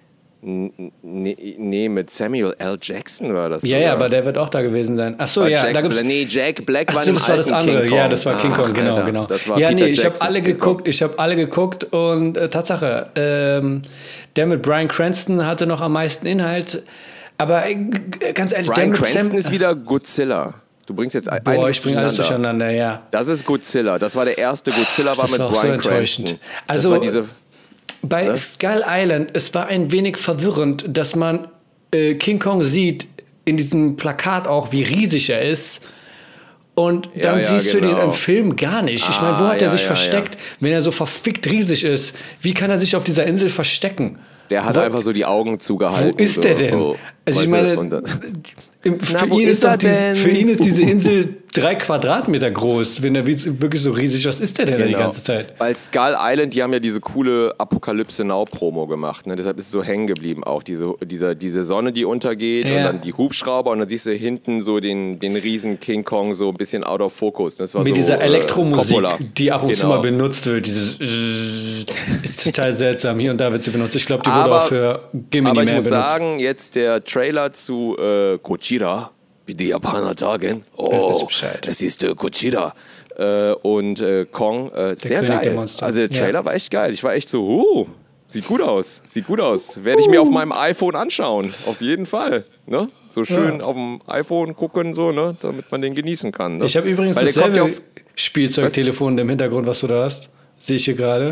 Nee, nee, mit Samuel L. Jackson war das. Ja, ja, sogar. aber der wird auch da gewesen sein. Ach so, War ja, Jack da gibt's. Bla- nee, Jack Black Ach war so, im das war das alten andere. King Kong. Ja, das war King Kong, Ach, genau, Alter, genau. Das war ja, Peter nee, ich habe Jacksons alle King Kong. geguckt, ich habe alle geguckt und äh, Tatsache, ähm, der mit Bryan Cranston hatte noch am meisten Inhalt. Aber äh, g- ganz ehrlich, Bryan der mit Cranston Sam, ist wieder Godzilla. Du bringst jetzt ein- Boah, einiges ich bringe alles durcheinander, ja. Das ist Godzilla. Das war der erste Godzilla, war Das mit war auch so Bryan enttäuschend. Cranston. Also, das war diese, Bei Ne? Skull Island, es war ein wenig verwirrend, dass man äh, King Kong sieht in diesem Plakat auch, wie riesig er ist. Und Ja, dann ja, siehst du den genau. im Film gar nicht. Ich meine, wo Ah, hat er ja, sich ja, versteckt, wenn er so verfickt riesig ist? Wie kann er sich auf dieser Insel verstecken? der hat wo, einfach so die Augen zugehalten. Wo ist so, der denn? So, Also ich weißt du, meine, und dann- im, Na, für, wo ihn ist ist doch er diese, denn? für ihn ist diese Insel drei Quadratmeter groß, wenn er wirklich so riesig, was ist der denn genau. die ganze Zeit? Weil Skull Island, die haben ja diese coole Apokalypse Now Promo gemacht, ne? Deshalb ist es so hängen geblieben auch, diese, diese, diese Sonne, die untergeht ja. und dann die Hubschrauber und dann siehst du hinten so den, den riesen King Kong so ein bisschen out of focus. Das war Mit so, dieser Elektromusik, äh, die ab und genau. zu mal benutzt wird, dieses ist total seltsam, hier und da wird sie benutzt. Ich glaube, die wurde aber, auch für Gemini Aber ich mehr muss benutzt. sagen, jetzt der Trailer zu äh, Gojira, wie die Japaner sagen, oh, das ist äh, Gojira äh, und äh, Kong, äh, sehr König der geil. Monster. Also der Trailer ja. war echt geil. Ich war echt so, uh, sieht gut aus, sieht gut aus. Werde ich mir auf meinem iPhone anschauen, auf jeden Fall. Ne? So schön ja. auf dem iPhone gucken, so, ne? Damit man den genießen kann. Ne? Ich habe übrigens Weil dasselbe ja auf Spielzeugtelefon im Hintergrund, was du da hast. Sehe ich hier gerade.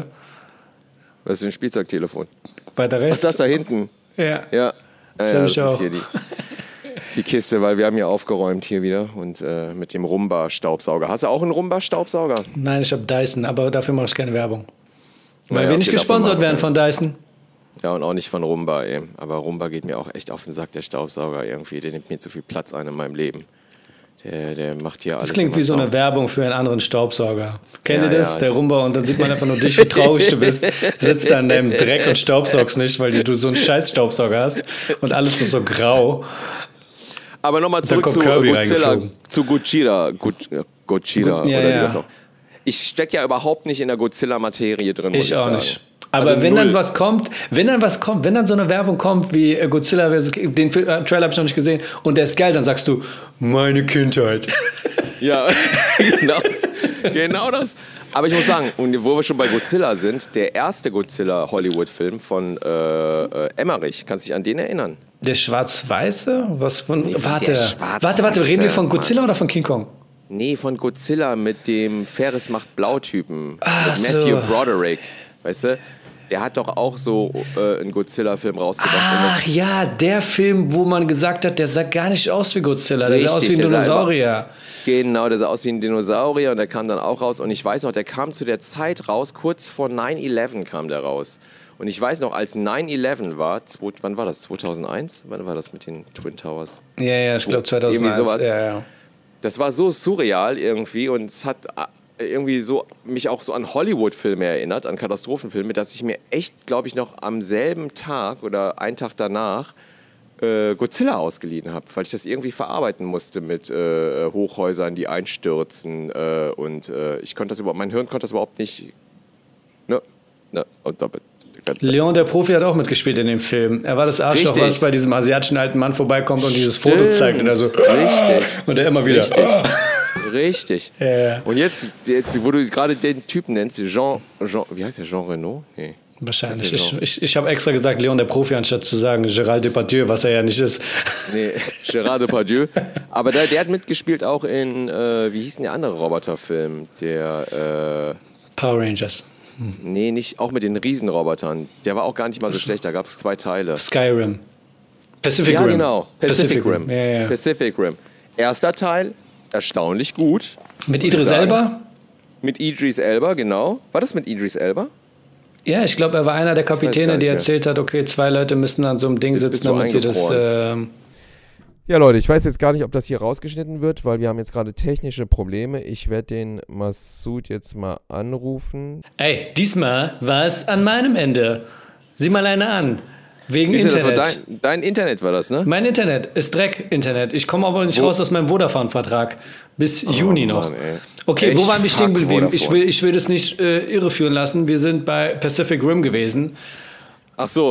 Was ist ein Spielzeugtelefon? Weiter rechts. Ach, das da hinten. Ja. Ja, ja, das, ja, das ist auch. hier die, die Kiste, weil wir haben hier aufgeräumt hier wieder und äh, mit dem Rumba-Staubsauger. Hast du auch einen Rumba-Staubsauger? Nein, ich habe Dyson, aber dafür mache ich keine Werbung. Weil ja, wir nicht okay, gesponsert werden von Dyson. Ja, und auch nicht von Rumba, ey. Aber Rumba geht mir auch echt auf den Sack, der Staubsauger irgendwie. Der nimmt mir zu viel Platz ein in meinem Leben. Der, der macht hier alles. Das klingt wie so eine Werbung für einen anderen Staubsauger. Kennt ja, ihr das? Ja, der Rumba und dann sieht man einfach nur dich, wie traurig du bist. Sitzt da in deinem Dreck und staubsaugst nicht, weil du so einen scheiß Staubsauger hast und alles ist so grau. Aber nochmal zurück zu Godzilla, zu Gojira. Gojira, ja, oder ja. wie das auch. Ich stecke ja überhaupt nicht in der Godzilla-Materie drin, muss ich, ich auch sagen. nicht. Aber also wenn null. dann was kommt, wenn dann was kommt, wenn dann so eine Werbung kommt wie Godzilla versus. Den Trailer habe ich noch nicht gesehen und der ist geil, dann sagst du, meine Kindheit. Ja, genau. Genau das. Aber ich muss sagen, und wo wir schon bei Godzilla sind, der erste Godzilla-Hollywood-Film von äh, äh, Emmerich, kannst du dich an den erinnern? Der Schwarz-Weiße? Was von. Nee, warte, warte, warte, reden wir von Godzilla Mann. oder von King Kong? Nee, von Godzilla mit dem Ferris macht Blau-Typen. Ah, mit Matthew so. Broderick. Weißt du? Der hat doch auch so äh, einen Godzilla-Film rausgebracht. Ach ja, der Film, wo man gesagt hat, der sah gar nicht aus wie Godzilla. Der sah aus wie ein Dinosaurier. Genau, der sah aus wie ein Dinosaurier und der kam dann auch raus. Und ich weiß noch, der kam zu der Zeit raus, kurz vor nine eleven kam der raus. Und ich weiß noch, als nine eleven war, wann war das? zweitausendeins? Wann war das mit den Twin Towers? Ja, ja, ich glaube zweitausendeins. Irgendwie sowas. Ja, ja. Das war so surreal irgendwie und es hat irgendwie so mich auch so an Hollywood-Filme erinnert, an Katastrophenfilme, dass ich mir echt, glaube ich, noch am selben Tag oder einen Tag danach äh, Godzilla ausgeliehen habe, weil ich das irgendwie verarbeiten musste mit äh, Hochhäusern, die einstürzen äh, und äh, ich konnte das überhaupt, mein Hirn konnte das überhaupt nicht. Ne, ne, und damit. Leon, der Profi, hat auch mitgespielt in dem Film. Er war das Arschloch, Richtig. was bei diesem asiatischen alten Mann vorbeikommt und dieses Foto zeigt und er so. Richtig. Und er immer wieder. Richtig. Richtig. Ja. Und jetzt, jetzt, wo du gerade den Typen nennst, Jean, Jean wie heißt der, Jean Reno? Nee. Wahrscheinlich. Ich, ich, ich habe extra gesagt Leon der Profi, anstatt zu sagen Gérald Depardieu, was er ja nicht ist. Nee, Gérard Depardieu. Aber der, der hat mitgespielt auch in, äh, wie hieß denn der andere Roboterfilm? Der, äh, Power Rangers. Hm. Nee, nicht, auch mit den Riesenrobotern. Der war auch gar nicht mal so schlecht, da gab es zwei Teile. Skyrim. Pacific ja, Rim. genau. Pacific, Pacific Rim. Rim. Ja, ja. Pacific Rim. Erster Teil, erstaunlich gut. Mit Idris Elba? Mit Idris Elba, genau. War das mit Idris Elba? Ja, ich glaube, er war einer der Kapitäne, der erzählt hat, okay, zwei Leute müssen an so einem Ding Jetzt sitzen, damit sie das... Äh ja, Leute, ich weiß jetzt gar nicht, ob das hier rausgeschnitten wird, weil wir haben jetzt gerade technische Probleme. Ich werde den Massoud jetzt mal anrufen. Ey, diesmal war es an meinem Ende. Sieh mal einer an. Wegen Siehst du, Internet. das war dein, dein Internet war das, ne? Mein Internet ist Dreck-Internet. Ich komme aber nicht wo? raus aus meinem Vodafone-Vertrag. Bis oh, Juni noch. Mann, okay, Echt? wo waren wir stehen Fuck geblieben? Ich Vodafone. will, ich will das nicht äh, irreführen lassen. Wir sind bei Pacific Rim gewesen. Ach so.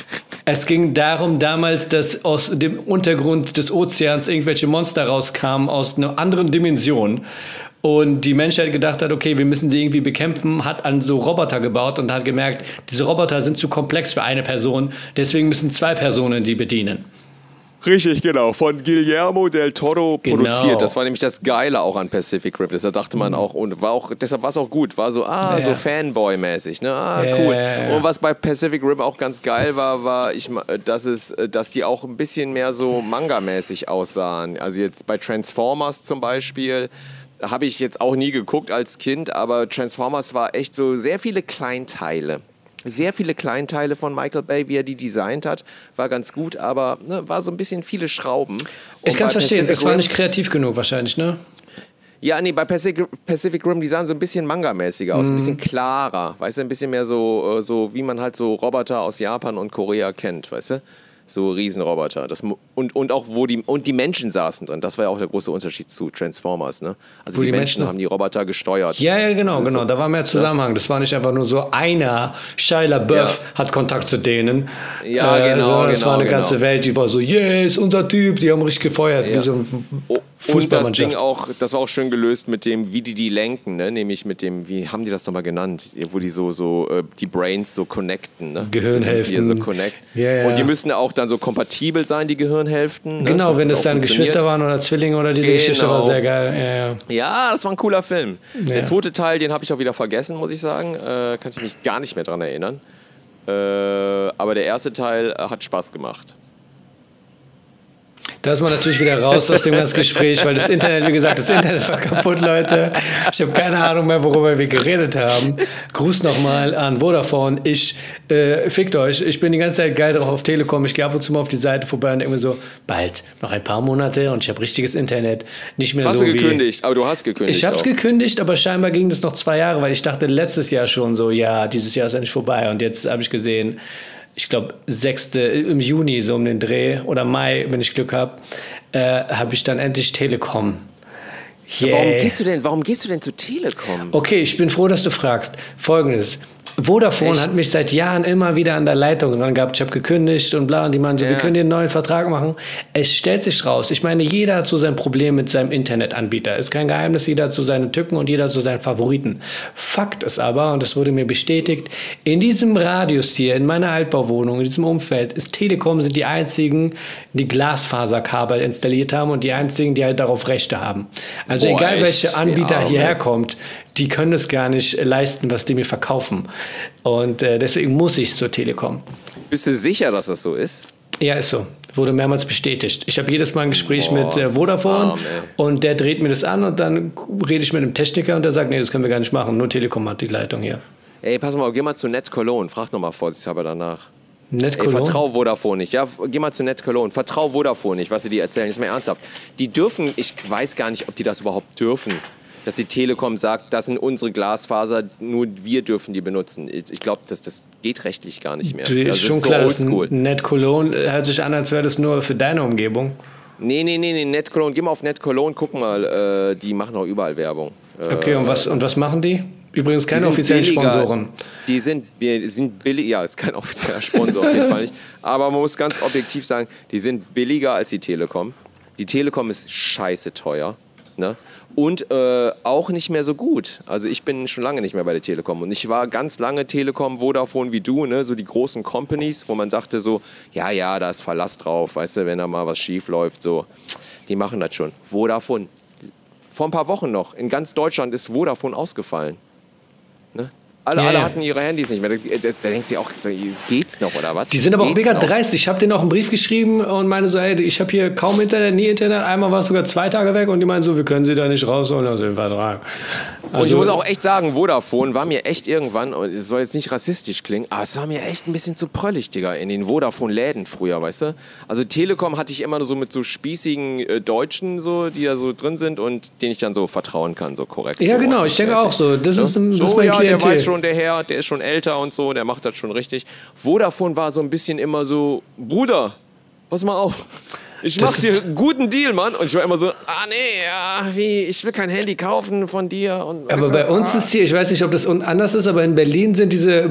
Es ging darum damals, dass aus dem Untergrund des Ozeans irgendwelche Monster rauskamen aus einer anderen Dimension. Und die Menschheit gedacht hat, okay, wir müssen die irgendwie bekämpfen, hat an so Roboter gebaut und hat gemerkt, diese Roboter sind zu komplex für eine Person, deswegen müssen zwei Personen die bedienen. Richtig, genau. Von Guillermo del Toro Genau. produziert. Das war nämlich das Geile auch an Pacific Rim. Deshalb dachte man auch, und war auch, deshalb war es auch gut. War so, ah, Ja. so Fanboy-mäßig. Ne? Ah, Ja, cool. ja, ja. Und was bei Pacific Rim auch ganz geil war, war, ich, dass, es, dass die auch ein bisschen mehr so Manga-mäßig aussahen. Also jetzt bei Transformers zum Beispiel. Habe ich jetzt auch nie geguckt als Kind, aber Transformers war echt so sehr viele Kleinteile. Sehr viele Kleinteile von Michael Bay, wie er die designt hat, war ganz gut, aber ne, war so ein bisschen viele Schrauben. Und Ich kann es bei verstehen, Pacific es war Rim- nicht kreativ genug wahrscheinlich, ne? Ja, nee, bei Pacific, Pacific Rim, die sahen so ein bisschen Manga-mäßiger aus, mhm. ein bisschen klarer, weißt du, ein bisschen mehr so, so, wie man halt so Roboter aus Japan und Korea kennt, weißt du? So Riesenroboter. Das, und, und auch, wo die, und die Menschen saßen drin. Das war ja auch der große Unterschied zu Transformers, ne? Also wo die, die Menschen, Menschen haben die Roboter gesteuert. Ja, ja, genau, genau. So, da war mehr Zusammenhang. Ja. Das war nicht einfach nur so einer, Shia LaBeouf ja. hat Kontakt zu denen. Ja, äh, genau, sondern es genau, war eine genau. ganze Welt, die war so, yes, unser Typ, die haben richtig gefeuert. Ja. Wie so ein oh. Und das Ding auch, das war auch schön gelöst mit dem, wie die die lenken, ne? Nämlich mit dem, wie haben die das nochmal genannt? Wo die so, so äh, die Brains so connecten, ne? Gehirnhälften. So, so connect. Ja, ja. Und die müssen auch dann so kompatibel sein, die Gehirnhälften. Ne? Genau, dass wenn es dann Geschwister waren oder Zwillinge oder diese genau. Geschichte war sehr geil. Ja, ja. ja, das war ein cooler Film. Ja. Der zweite Teil, den habe ich auch wieder vergessen, muss ich sagen. Äh, kann ich mich gar nicht mehr dran erinnern. Äh, aber der erste Teil äh, hat Spaß gemacht. Da ist man natürlich wieder raus aus dem ganzen Gespräch, weil das Internet, wie gesagt, das Internet war kaputt, Leute. Ich habe keine Ahnung mehr, worüber wir geredet haben. Gruß nochmal an Vodafone. Ich, äh, fickt euch, ich bin die ganze Zeit geil drauf auf Telekom. Ich gehe ab und zu mal auf die Seite vorbei und denke mir so, bald, noch ein paar Monate und ich habe richtiges Internet. Nicht mehr hast so wie... Hast du gekündigt, aber du hast gekündigt Ich habe es gekündigt, aber scheinbar ging das noch zwei Jahre, weil ich dachte letztes Jahr schon so, ja, dieses Jahr ist endlich vorbei und jetzt habe ich gesehen... ich glaube, sechste im Juni, so um den Dreh, oder Mai, wenn ich Glück habe, äh, habe ich dann endlich Telekom. Yeah. Warum gehst du denn, warum gehst du denn zu Telekom? Okay, ich bin froh, dass du fragst. Folgendes. Vodafone Echt? hat mich seit Jahren immer wieder an der Leitung dran gehabt. Ich habe gekündigt und bla. Und die meinen so, ja. wir können dir einen neuen Vertrag machen. Es stellt sich raus. Ich meine, jeder hat so sein Problem mit seinem Internetanbieter. Ist kein Geheimnis. Jeder hat so seine Tücken und jeder hat so seinen Favoriten. Fakt ist aber, und das wurde mir bestätigt, in diesem Radius hier, in meiner Altbauwohnung, in diesem Umfeld, ist Telekom sind die einzigen, die Glasfaserkabel installiert haben und die einzigen, die halt darauf Rechte haben. Also Boah, egal, welcher Anbieter arm, hierher kommt, die können es gar nicht leisten, was die mir verkaufen. Und äh, deswegen muss ich zur Telekom. Bist du sicher, dass das so ist? Ja, ist so. Wurde mehrmals bestätigt. Ich habe jedes Mal ein Gespräch Boah, mit äh, Vodafone arm, und der dreht mir das an und dann rede ich mit einem Techniker und der sagt, nee, das können wir gar nicht machen. Nur Telekom hat die Leitung hier. Ey, pass mal, geh mal zu Net Cologne. Frag nochmal vorsichtshalber danach. Net Ey, vertrau Vodafone nicht. Ja, geh mal zu Net Cologne. Vertrau Vodafone nicht, was sie dir erzählen. Ist mir ernsthaft. Die dürfen, ich weiß gar nicht, ob die das überhaupt dürfen. Dass die Telekom sagt, das sind unsere Glasfaser, nur wir dürfen die benutzen. Ich glaube, das, das geht rechtlich gar nicht mehr. Du, ist also, schon ist so klar, oldschool. Net Cologne hört sich an, als wäre das nur für deine Umgebung. Nee, nee, nee, nee, Net Cologne. Geh mal auf Net Cologne, guck mal, äh, die machen auch überall Werbung. Okay, äh, und, was, und was machen die? Übrigens keine offiziellen billiger. Sponsoren. Die sind, wir sind billig, ja, ist kein offizieller Sponsor auf jeden Fall nicht. Aber man muss ganz objektiv sagen, die sind billiger als die Telekom. Die Telekom ist scheiße teuer. Ne? Und äh, auch nicht mehr so gut. Also ich bin schon lange nicht mehr bei der Telekom. Und ich war ganz lange Telekom, Vodafone wie du, ne? So die großen Companies, wo man dachte so, ja, ja, da ist Verlass drauf, weißt du, wenn da mal was schief läuft, so, die machen das schon. Vodafone, vor ein paar Wochen noch, in ganz Deutschland ist Vodafone ausgefallen. Ne? Alle, ja, alle ja. hatten ihre Handys nicht mehr. Da, da, da denkst du auch, geht's noch oder was? Die sind aber geht's auch mega noch? dreist. Ich habe denen auch einen Brief geschrieben und meine so, hey, ich habe hier kaum Internet, nie Internet. Einmal war es sogar zwei Tage weg und die meinen so, wir können sie da nicht rausholen aus dem Vertrag. Also, und ich muss auch echt sagen, Vodafone war mir echt irgendwann, und es soll jetzt nicht rassistisch klingen, aber es war mir echt ein bisschen zu pröllig, Digga, in den Vodafone-Läden früher, weißt du? Also Telekom hatte ich immer so mit so spießigen äh, Deutschen, so, die da so drin sind und denen ich dann so vertrauen kann, so korrekt. Ja, so genau, ich denke auch so. Das ja? ist, das so, ist mein ja, Klientel. Der weiß schon, der Herr, der ist schon älter und so, der macht das schon richtig. Vodafone war so ein bisschen immer so, Bruder, pass mal auf. Ich mach dir einen guten Deal, Mann. Und ich war immer so, ah nee, ja, wie, ich will kein Handy kaufen von dir. Und, aber bei du, uns ah. ist hier, ich weiß nicht, ob das anders ist, aber in Berlin sind diese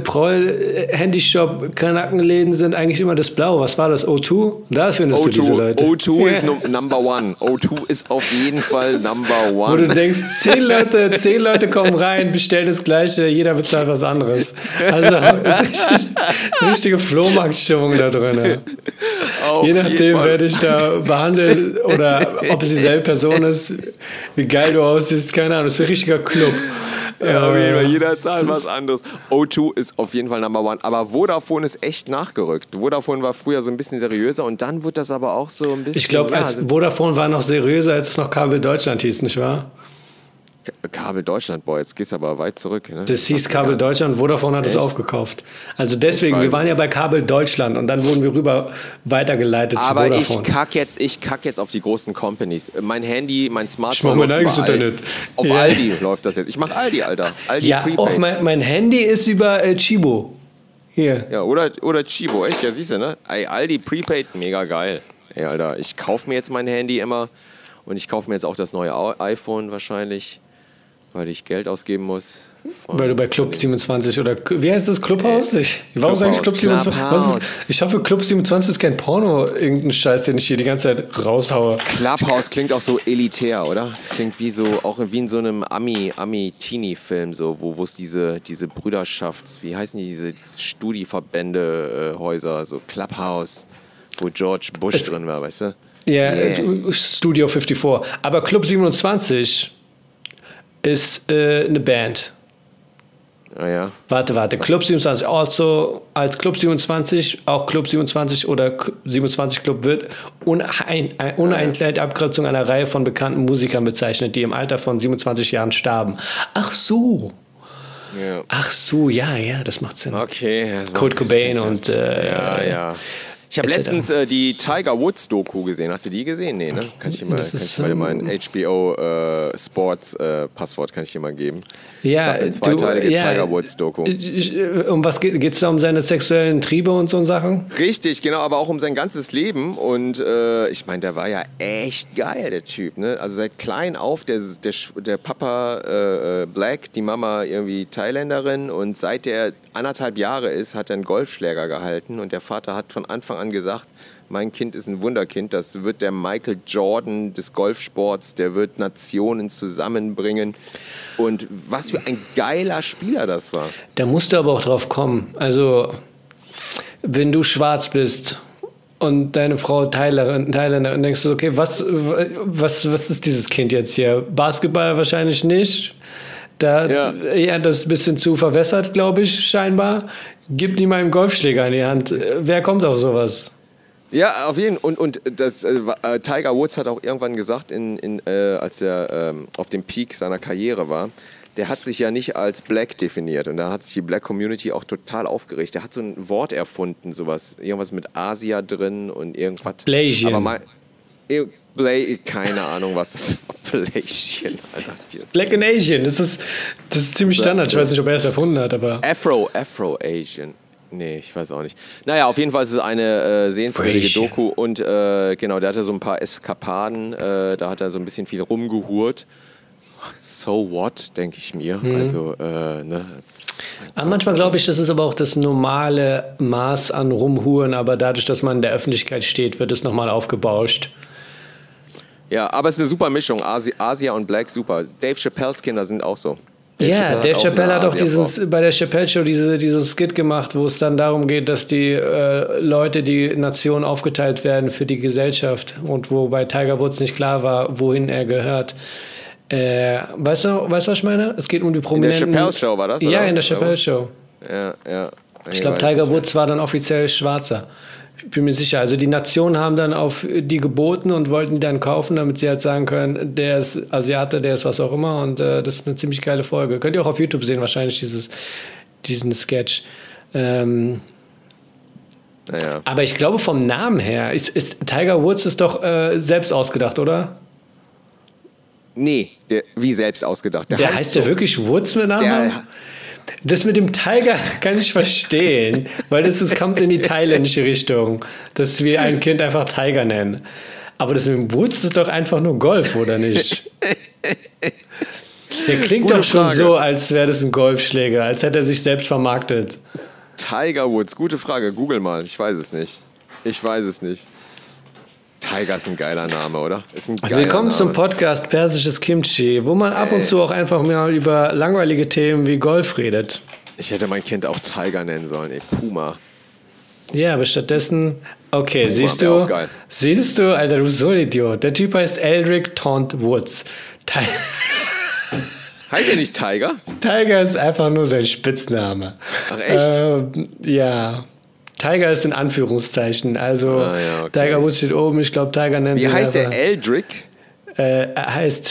Proll-Handyshop-Knackenläden sind eigentlich immer das Blau. Was war das? O zwei? Da findest O zwei, du diese Leute. O zwei ist no, Number One. O zwei ist auf jeden Fall Number One. Wo du denkst, zehn Leute, zehn Leute kommen rein, bestellen das Gleiche, jeder bezahlt was anderes. Also, es ist richtig, richtige Flohmarktstimmung da drin. Auf Je nachdem, wer dich da behandelt oder ob es dieselbe Person ist, wie geil du aussiehst, keine Ahnung, das ist ein richtiger Club. Ja, auf jeden Fall, jeder zahlt was anderes. O zwei ist auf jeden Fall Number One, aber Vodafone ist echt nachgerückt. Vodafone war früher so ein bisschen seriöser und dann wird das aber auch so ein bisschen... Ich glaube, ja, als Vodafone war noch seriöser, als es noch Kabel Deutschland hieß, nicht wahr? Kabel Deutschland, boah, jetzt gehst du aber weit zurück. Ne? Das hieß Kabel Deutschland, Vodafone hat es aufgekauft. Also deswegen, wir waren ja bei Kabel Deutschland und dann wurden wir rüber weitergeleitet aber zu Vodafone. Aber ich kack jetzt, ich kack jetzt auf die großen Companies. Mein Handy, mein Smartphone. Ich mach mein eigenes Internet. Auf ja. Aldi läuft das jetzt. Ich mach Aldi, Alter. Aldi ja, Prepaid. auch mein, mein Handy ist über äh, Chibo. Hier. Ja, oder, oder Chibo, echt, ja, siehst du, ne? Ey, Aldi Prepaid, mega geil. Ey, Alter, ich kaufe mir jetzt mein Handy immer und ich kaufe mir jetzt auch das neue iPhone wahrscheinlich. Weil ich Geld ausgeben muss. Weil du bei Club siebenundzwanzig oder wie heißt das? Clubhaus? Ich, warum sage ich Club siebenundzwanzig? Was ist, ich hoffe, Club siebenundzwanzig ist kein Porno, irgendein Scheiß, den ich hier die ganze Zeit raushaue. Clubhaus klingt auch so elitär, oder? Es klingt wie so, auch wie in so einem Ami, Ami-Teenie-Film, so, wo es diese, diese Brüderschafts-, wie heißen die, diese, diese Studieverbände, äh, Häuser, so Clubhaus, wo George Bush es, drin war, weißt du? Ja, yeah. Studio fünfundfünfzig. Aber Club siebenundzwanzig ist äh, eine Band. Ah ja. Warte, warte. Club siebenundzwanzig. Also als Club siebenundzwanzig, auch Club siebenundzwanzig oder siebenundzwanzig Club wird unein, ein, uneintliche Abkürzung einer Reihe von bekannten Musikern bezeichnet, die im Alter von siebenundzwanzig Jahren starben. Ach so. Ja. Ach so, ja, ja, das macht Sinn. Okay. Das Kurt Cobain und äh, ja, ja. Ich habe letztens äh, die Tiger Woods Doku gesehen. Hast du die gesehen? Nee, ne? Kann ich dir mal, kann ich dir mal mein H B O äh, Sports äh, Passwort kann ich dir mal geben. Ja, eine zweiteilige du, ja, Tiger Woods Doku. Um was geht es da? Um seine sexuellen Triebe und so Sachen? Richtig, genau, aber auch um sein ganzes Leben. Und äh, ich meine, der war ja echt geil, der Typ. Ne? Also seit klein auf, der, der, der Papa äh, Black, die Mama irgendwie Thailänderin. Und seit der anderthalb Jahre ist, hat er einen Golfschläger gehalten. Und der Vater hat von Anfang an gesagt, mein Kind ist ein Wunderkind, das wird der Michael Jordan des Golfsports, der wird Nationen zusammenbringen. Und was für ein geiler Spieler das war. Da musst du aber auch drauf kommen. Also, wenn du schwarz bist und deine Frau Thailänderin, Thailänderin, denkst du, okay, was, was, was ist dieses Kind jetzt hier? Basketball wahrscheinlich nicht. Da, ja. ja, das ist ein bisschen zu verwässert, glaube ich, scheinbar. Gib ihm mal einen Golfschläger in die Hand. Wer kommt auf sowas? Ja, auf jeden Fall. Und, und das, äh, Tiger Woods hat auch irgendwann gesagt, in, in, äh, als er ähm, auf dem Peak seiner Karriere war, der hat sich ja nicht als Black definiert. Und da hat sich die Black Community auch total aufgeregt. Der hat so ein Wort erfunden, sowas, irgendwas mit Asia drin und irgendwas. Blasian. Aber mal, Blay, keine Ahnung, was das ist. Blasian, Alter. Black and Asian, das ist, das ist ziemlich Standard. Ich weiß nicht, ob er es erfunden hat, aber... Afro, Afro-Asian. Nee, ich weiß auch nicht. Naja, auf jeden Fall ist es eine äh, sehenswürdige British. Doku und äh, genau, der hatte so ein paar Eskapaden, äh, da hat er so ein bisschen viel rumgehurt. So what, denke ich mir. Mhm. Also, äh, ne. Es, aber manchmal glaube ich, das ist aber auch das normale Maß an Rumhuren, aber dadurch, dass man in der Öffentlichkeit steht, wird es nochmal aufgebauscht. Ja, aber es ist eine super Mischung. Asi- Asia und Black, super. Dave Chappelles Kinder sind auch so. Dave ja, Chappelle Dave Chappelle hat auch dieses, bei der Chappelle Show diese, diesen Skit gemacht, wo es dann darum geht, dass die äh, Leute, die Nationen aufgeteilt werden für die Gesellschaft und wo bei Tiger Woods nicht klar war, wohin er gehört. Äh, weißt du, weißt du, was ich meine? Es geht um die Prominenten. In der Chappelle Show war das? Ja, oder in was? der Chappelle Show. Ja, ja. Ich glaube, Tiger Woods war dann offiziell Schwarzer. Ich bin mir sicher. Also die Nationen haben dann auf die geboten und wollten die dann kaufen, damit sie halt sagen können, der ist Asiate, der ist was auch immer. Und äh, das ist eine ziemlich geile Folge. Könnt ihr auch auf YouTube sehen, wahrscheinlich, dieses, diesen Sketch. Ähm, naja. Aber ich glaube, vom Namen her, ist, ist Tiger Woods ist doch äh, selbst ausgedacht, oder? Nee, der, wie selbst ausgedacht. Der, der heißt, heißt so. ja wirklich Woods mit Namen? Der, Das mit dem Tiger kann ich verstehen, weil das, das kommt in die thailändische Richtung, dass wir ein Kind einfach Tiger nennen. Aber das mit dem Woods ist doch einfach nur Golf, oder nicht? Der klingt Gute doch schon Frage. so, als wäre das ein Golfschläger, als hätte er sich selbst vermarktet. Tiger Woods, gute Frage. Google mal, ich weiß es nicht. Ich weiß es nicht. Tiger ist ein geiler Name, oder? Ist ein geiler Willkommen Name. zum Podcast Persisches Kimchi, wo man ab und zu auch einfach mal über langweilige Themen wie Golf redet. Ich hätte mein Kind auch Tiger nennen sollen, ey, Puma. Ja, aber stattdessen, okay, Puma siehst wär du, auch geil. siehst du, Alter, du bist so ein Idiot. Der Typ heißt Eldrick Taunt Woods. Ti- Heißt er nicht Tiger? Tiger ist einfach nur sein Spitzname. Ach, echt? Äh, ja. Tiger ist in Anführungszeichen. Also Ah, ja, okay. Tiger Woods steht oben, ich glaube, Tiger nennt Wie sich heißt einfach, der? Eldrick? Äh, er heißt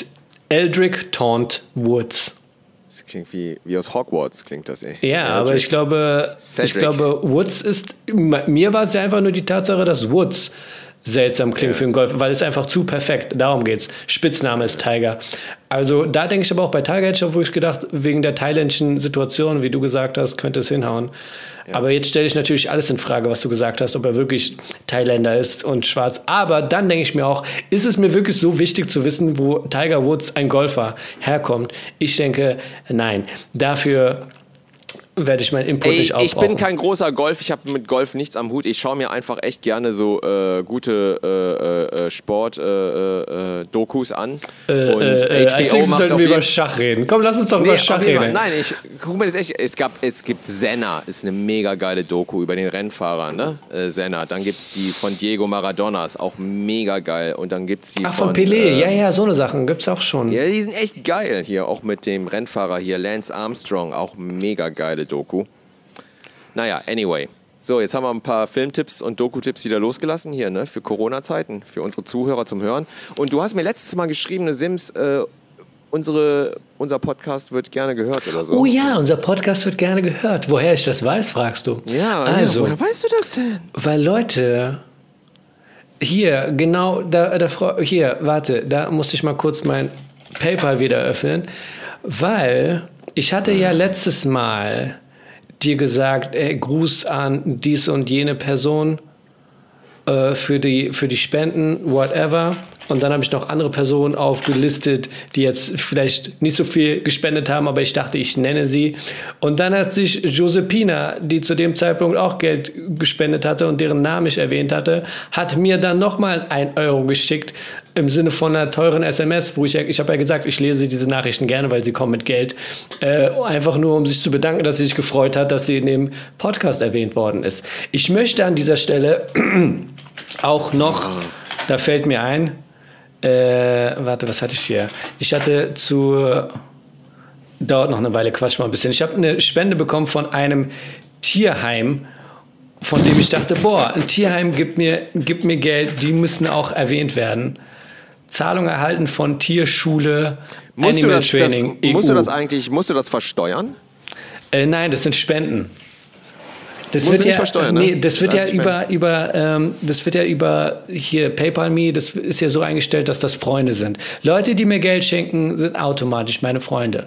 Eldrick Taunt Woods. Das klingt wie, wie aus Hogwarts, klingt das, ey. Ja, Eldrick. Aber ich glaube, ich glaube, Woods ist, mir war es ja einfach nur die Tatsache, dass Woods seltsam klingt ja. für einen Golfer, weil es einfach zu perfekt, darum geht's. Spitzname ist Tiger. Also da denke ich aber auch bei Tiger hätte ich, wo ich gedacht, wegen der thailändischen Situation, wie du gesagt hast, könnte es hinhauen. Ja. Aber jetzt stelle ich natürlich alles in Frage, was du gesagt hast, ob er wirklich Thailänder ist und schwarz. Aber dann denke ich mir auch, ist es mir wirklich so wichtig zu wissen, wo Tiger Woods, ein Golfer, herkommt? Ich denke, nein. Dafür werde ich meinen Input Ey, nicht aufbrauchen. Ich bin kein großer Golf, ich habe mit Golf nichts am Hut. Ich schaue mir einfach echt gerne so äh, gute äh, äh, Sport-Dokus äh, äh, an. Äh, und äh, H B O als macht sollten auf wir jeden über Schach reden. Komm, lass uns doch nee, über Schach reden. Nein, ich guck mir das echt. Es, gab, es gibt Senna, ist eine mega geile Doku über den Rennfahrer, ne? Äh, Senna. Dann gibt es die von Diego Maradona, ist auch mega geil. Und dann gibt es die Ach, von, von Pelé, äh, ja, ja, so eine Sachen gibt es auch schon. Ja, die sind echt geil hier, auch mit dem Rennfahrer hier, Lance Armstrong, auch mega geile Doku. Naja, anyway. So, jetzt haben wir ein paar Filmtipps und Doku-Tipps wieder losgelassen hier, ne, für Corona-Zeiten, für unsere Zuhörer zum Hören. Und du hast mir letztes Mal geschrieben, ne, Sims, äh, unsere, unser Podcast wird gerne gehört oder so. Oh ja, unser Podcast wird gerne gehört. Woher ich das weiß, fragst du. Ja, also, ja, woher weißt du das denn? Weil Leute, hier, genau, da, da, hier, warte, da musste ich mal kurz mein PayPal wieder öffnen, weil ich hatte ja letztes Mal dir gesagt, ey, Gruß an dies und jene Person äh, für, die, für die Spenden, whatever. Und dann habe ich noch andere Personen aufgelistet, die jetzt vielleicht nicht so viel gespendet haben, aber ich dachte, ich nenne sie. Und dann hat sich Josepina, die zu dem Zeitpunkt auch Geld gespendet hatte und deren Namen ich erwähnt hatte, hat mir dann nochmal ein Euro geschickt im Sinne von einer teuren S M S, wo ich, ich habe ja gesagt, ich lese diese Nachrichten gerne, weil sie kommen mit Geld. Äh, einfach nur, um sich zu bedanken, dass sie sich gefreut hat, dass sie in dem Podcast erwähnt worden ist. Ich möchte an dieser Stelle auch noch, da fällt mir ein, Äh, warte, was hatte ich hier? Ich hatte zu... Dauert noch eine Weile, quatsch mal ein bisschen. Ich habe eine Spende bekommen von einem Tierheim, von dem ich dachte, boah, ein Tierheim gibt mir, gibt mir Geld, die müssen auch erwähnt werden. Zahlung erhalten von Tierschule, musst Animal du das, Training, das, musst E U. du das eigentlich, musst du das versteuern? Äh, nein, das sind Spenden. Das Musst wird du nicht ja, versteuern, nee, ne? das wird Das ja über, über, ähm, das wird ja über hier PayPal.me, das ist ja so eingestellt, dass das Freunde sind. Leute, die mir Geld schenken, sind automatisch meine Freunde.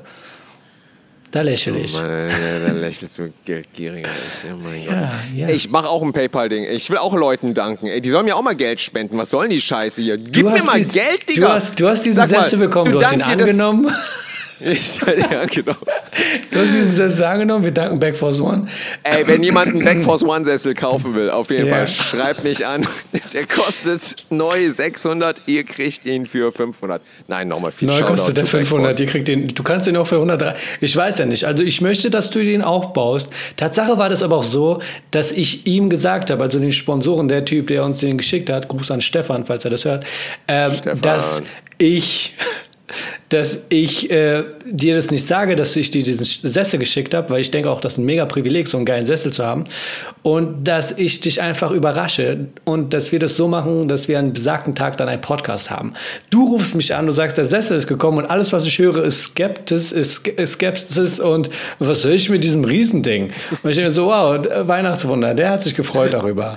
Da lächle ich. Oh Mann, ja, da lächelst du geldgieriger. Oh mein Gott. Ja, ja. Ey, ich mache auch ein PayPal-Ding. Ich will auch Leuten danken. Ey, die sollen mir auch mal Geld spenden. Was sollen die Scheiße hier? Gib mir mal die, Geld, Digga. Du hast, du hast diesen Sessel bekommen, du, du hast ihn angenommen. Ich, ja, genau. Du hast diesen Sessel angenommen, wir danken Backforce One. Ey, wenn jemand einen Backforce One Sessel kaufen will, auf jeden Ja. Fall, schreibt mich an. Der kostet neu sechshundert, ihr kriegt ihn für fünfhundert. Nein, nochmal viel Neu Shoutout kostet der to fünfhundert, Backforce. ihr kriegt den, du kannst den auch für hundert. Ich weiß ja nicht, also ich möchte, dass du den aufbaust. Tatsache war das aber auch so, dass ich ihm gesagt habe, also den Sponsoren, der Typ, der uns den geschickt hat, Gruß an Stefan, falls er das hört, ähm, dass ich... dass ich äh, dir das nicht sage, dass ich dir diesen Sessel geschickt habe, weil ich denke auch, das ist ein mega Privileg, so einen geilen Sessel zu haben, und dass ich dich einfach überrasche und dass wir das so machen, dass wir an besagten Tag dann einen Podcast haben. Du rufst mich an, du sagst, der Sessel ist gekommen und alles, was ich höre, ist Skeptis, ist Skepsis und was soll ich mit diesem Riesending? Und ich denke so, wow, Weihnachtswunder, der hat sich gefreut darüber.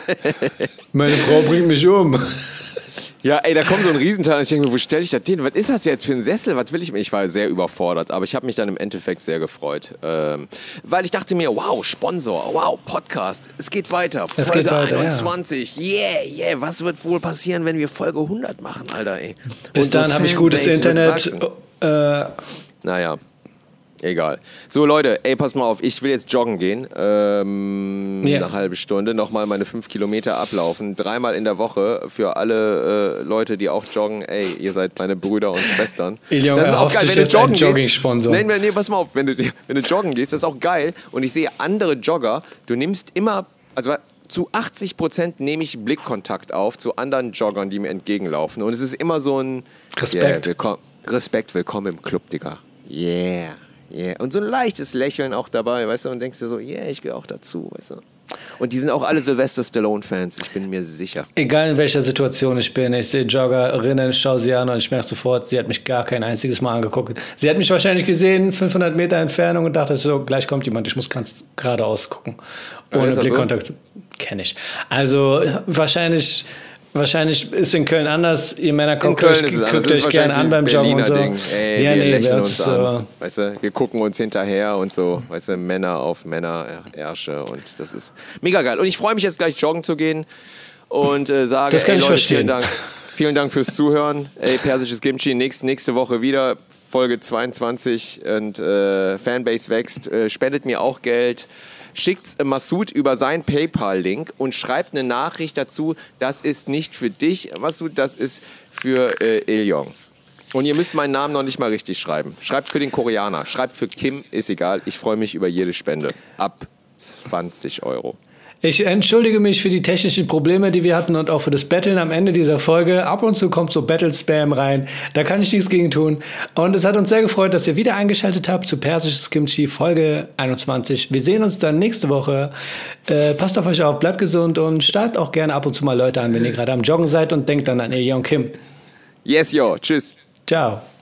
Meine Frau bringt mich um. Ja, ey, da kommt so ein Riesenteil und ich denke mir, wo stelle ich das hin? Was ist das jetzt für ein Sessel? Was will ich mir? Ich war sehr überfordert, aber ich habe mich dann im Endeffekt sehr gefreut. Ähm, weil ich dachte mir, wow, Sponsor, wow, Podcast, es geht weiter. Es Folge geht weiter, einundzwanzig, yeah, yeah, was wird wohl passieren, wenn wir Folge hundert machen, Alter, ey? Bis Unsere dann habe ich gutes Fanbase wird Internet. wachsen. Äh, Naja, egal. So, Leute, ey, pass mal auf, ich will jetzt joggen gehen. Ähm, Ja. Eine halbe Stunde, nochmal meine fünf Kilometer ablaufen. Dreimal in der Woche für alle äh, Leute, die auch joggen. Ey, ihr seid meine Brüder und Schwestern. Ilion Das ist auch erhofft geil, sich wenn du jetzt einen joggen gehst. Jogging-Sponsor. Nee, nee, nee, pass mal auf, wenn du, wenn du joggen gehst, das ist auch geil. Und ich sehe andere Jogger, du nimmst immer, also zu achtzig Prozent nehme ich Blickkontakt auf zu anderen Joggern, die mir entgegenlaufen. Und es ist immer so ein Respekt. Yeah, willkommen, Respekt, willkommen im Club, Digga. Yeah. Yeah. Und so ein leichtes Lächeln auch dabei, weißt du, und denkst dir so, yeah, ich gehöre auch dazu, weißt du. Und die sind auch alle Sylvester Stallone-Fans, ich bin mir sicher. Egal in welcher Situation ich bin, ich sehe Joggerinnen, schaue sie an und ich merke sofort, sie hat mich gar kein einziges Mal angeguckt. Sie hat mich wahrscheinlich gesehen, fünfhundert Meter Entfernung und dachte so, gleich kommt jemand, ich muss ganz geradeaus gucken. Ohne ja, Blickkontakt. So? Kenne ich. Also wahrscheinlich... Wahrscheinlich ist in Köln anders. Ihr Männer guckt euch, guckt euch gerne an beim Joggen und so. Ding. Ey, ja, wir nee, lächeln uns so. an. Weißt du, wir gucken uns hinterher und so. Weißt du, Männer auf Männer, Ärsche und das ist mega geil. Und ich freue mich jetzt gleich joggen zu gehen und äh, sage, das kann ey ich Leute, verstehen. vielen Dank. Vielen Dank fürs Zuhören. Ey, Persisches Kimchi, nächste, nächste Woche wieder, Folge zweiundzwanzig und äh, Fanbase wächst. Äh, spendet mir auch Geld. Schickt Masoud über seinen PayPal-Link und schreibt eine Nachricht dazu, das ist nicht für dich, Masoud, das ist für äh, Iljong. Und ihr müsst meinen Namen noch nicht mal richtig schreiben. Schreibt für den Koreaner, schreibt für Kim, ist egal. Ich freue mich über jede Spende. Ab zwanzig Euro. Ich entschuldige mich für die technischen Probleme, die wir hatten und auch für das Battlen am Ende dieser Folge. Ab und zu kommt so Battle-Spam rein. Da kann ich nichts gegen tun. Und es hat uns sehr gefreut, dass ihr wieder eingeschaltet habt zu Persisches Kimchi Folge einundzwanzig. Wir sehen uns dann nächste Woche. Äh, passt auf euch auf, bleibt gesund und startet auch gerne ab und zu mal Leute an, wenn ihr gerade am Joggen seid und denkt dann an Iljong Kim. Yes, yo. Tschüss. Ciao.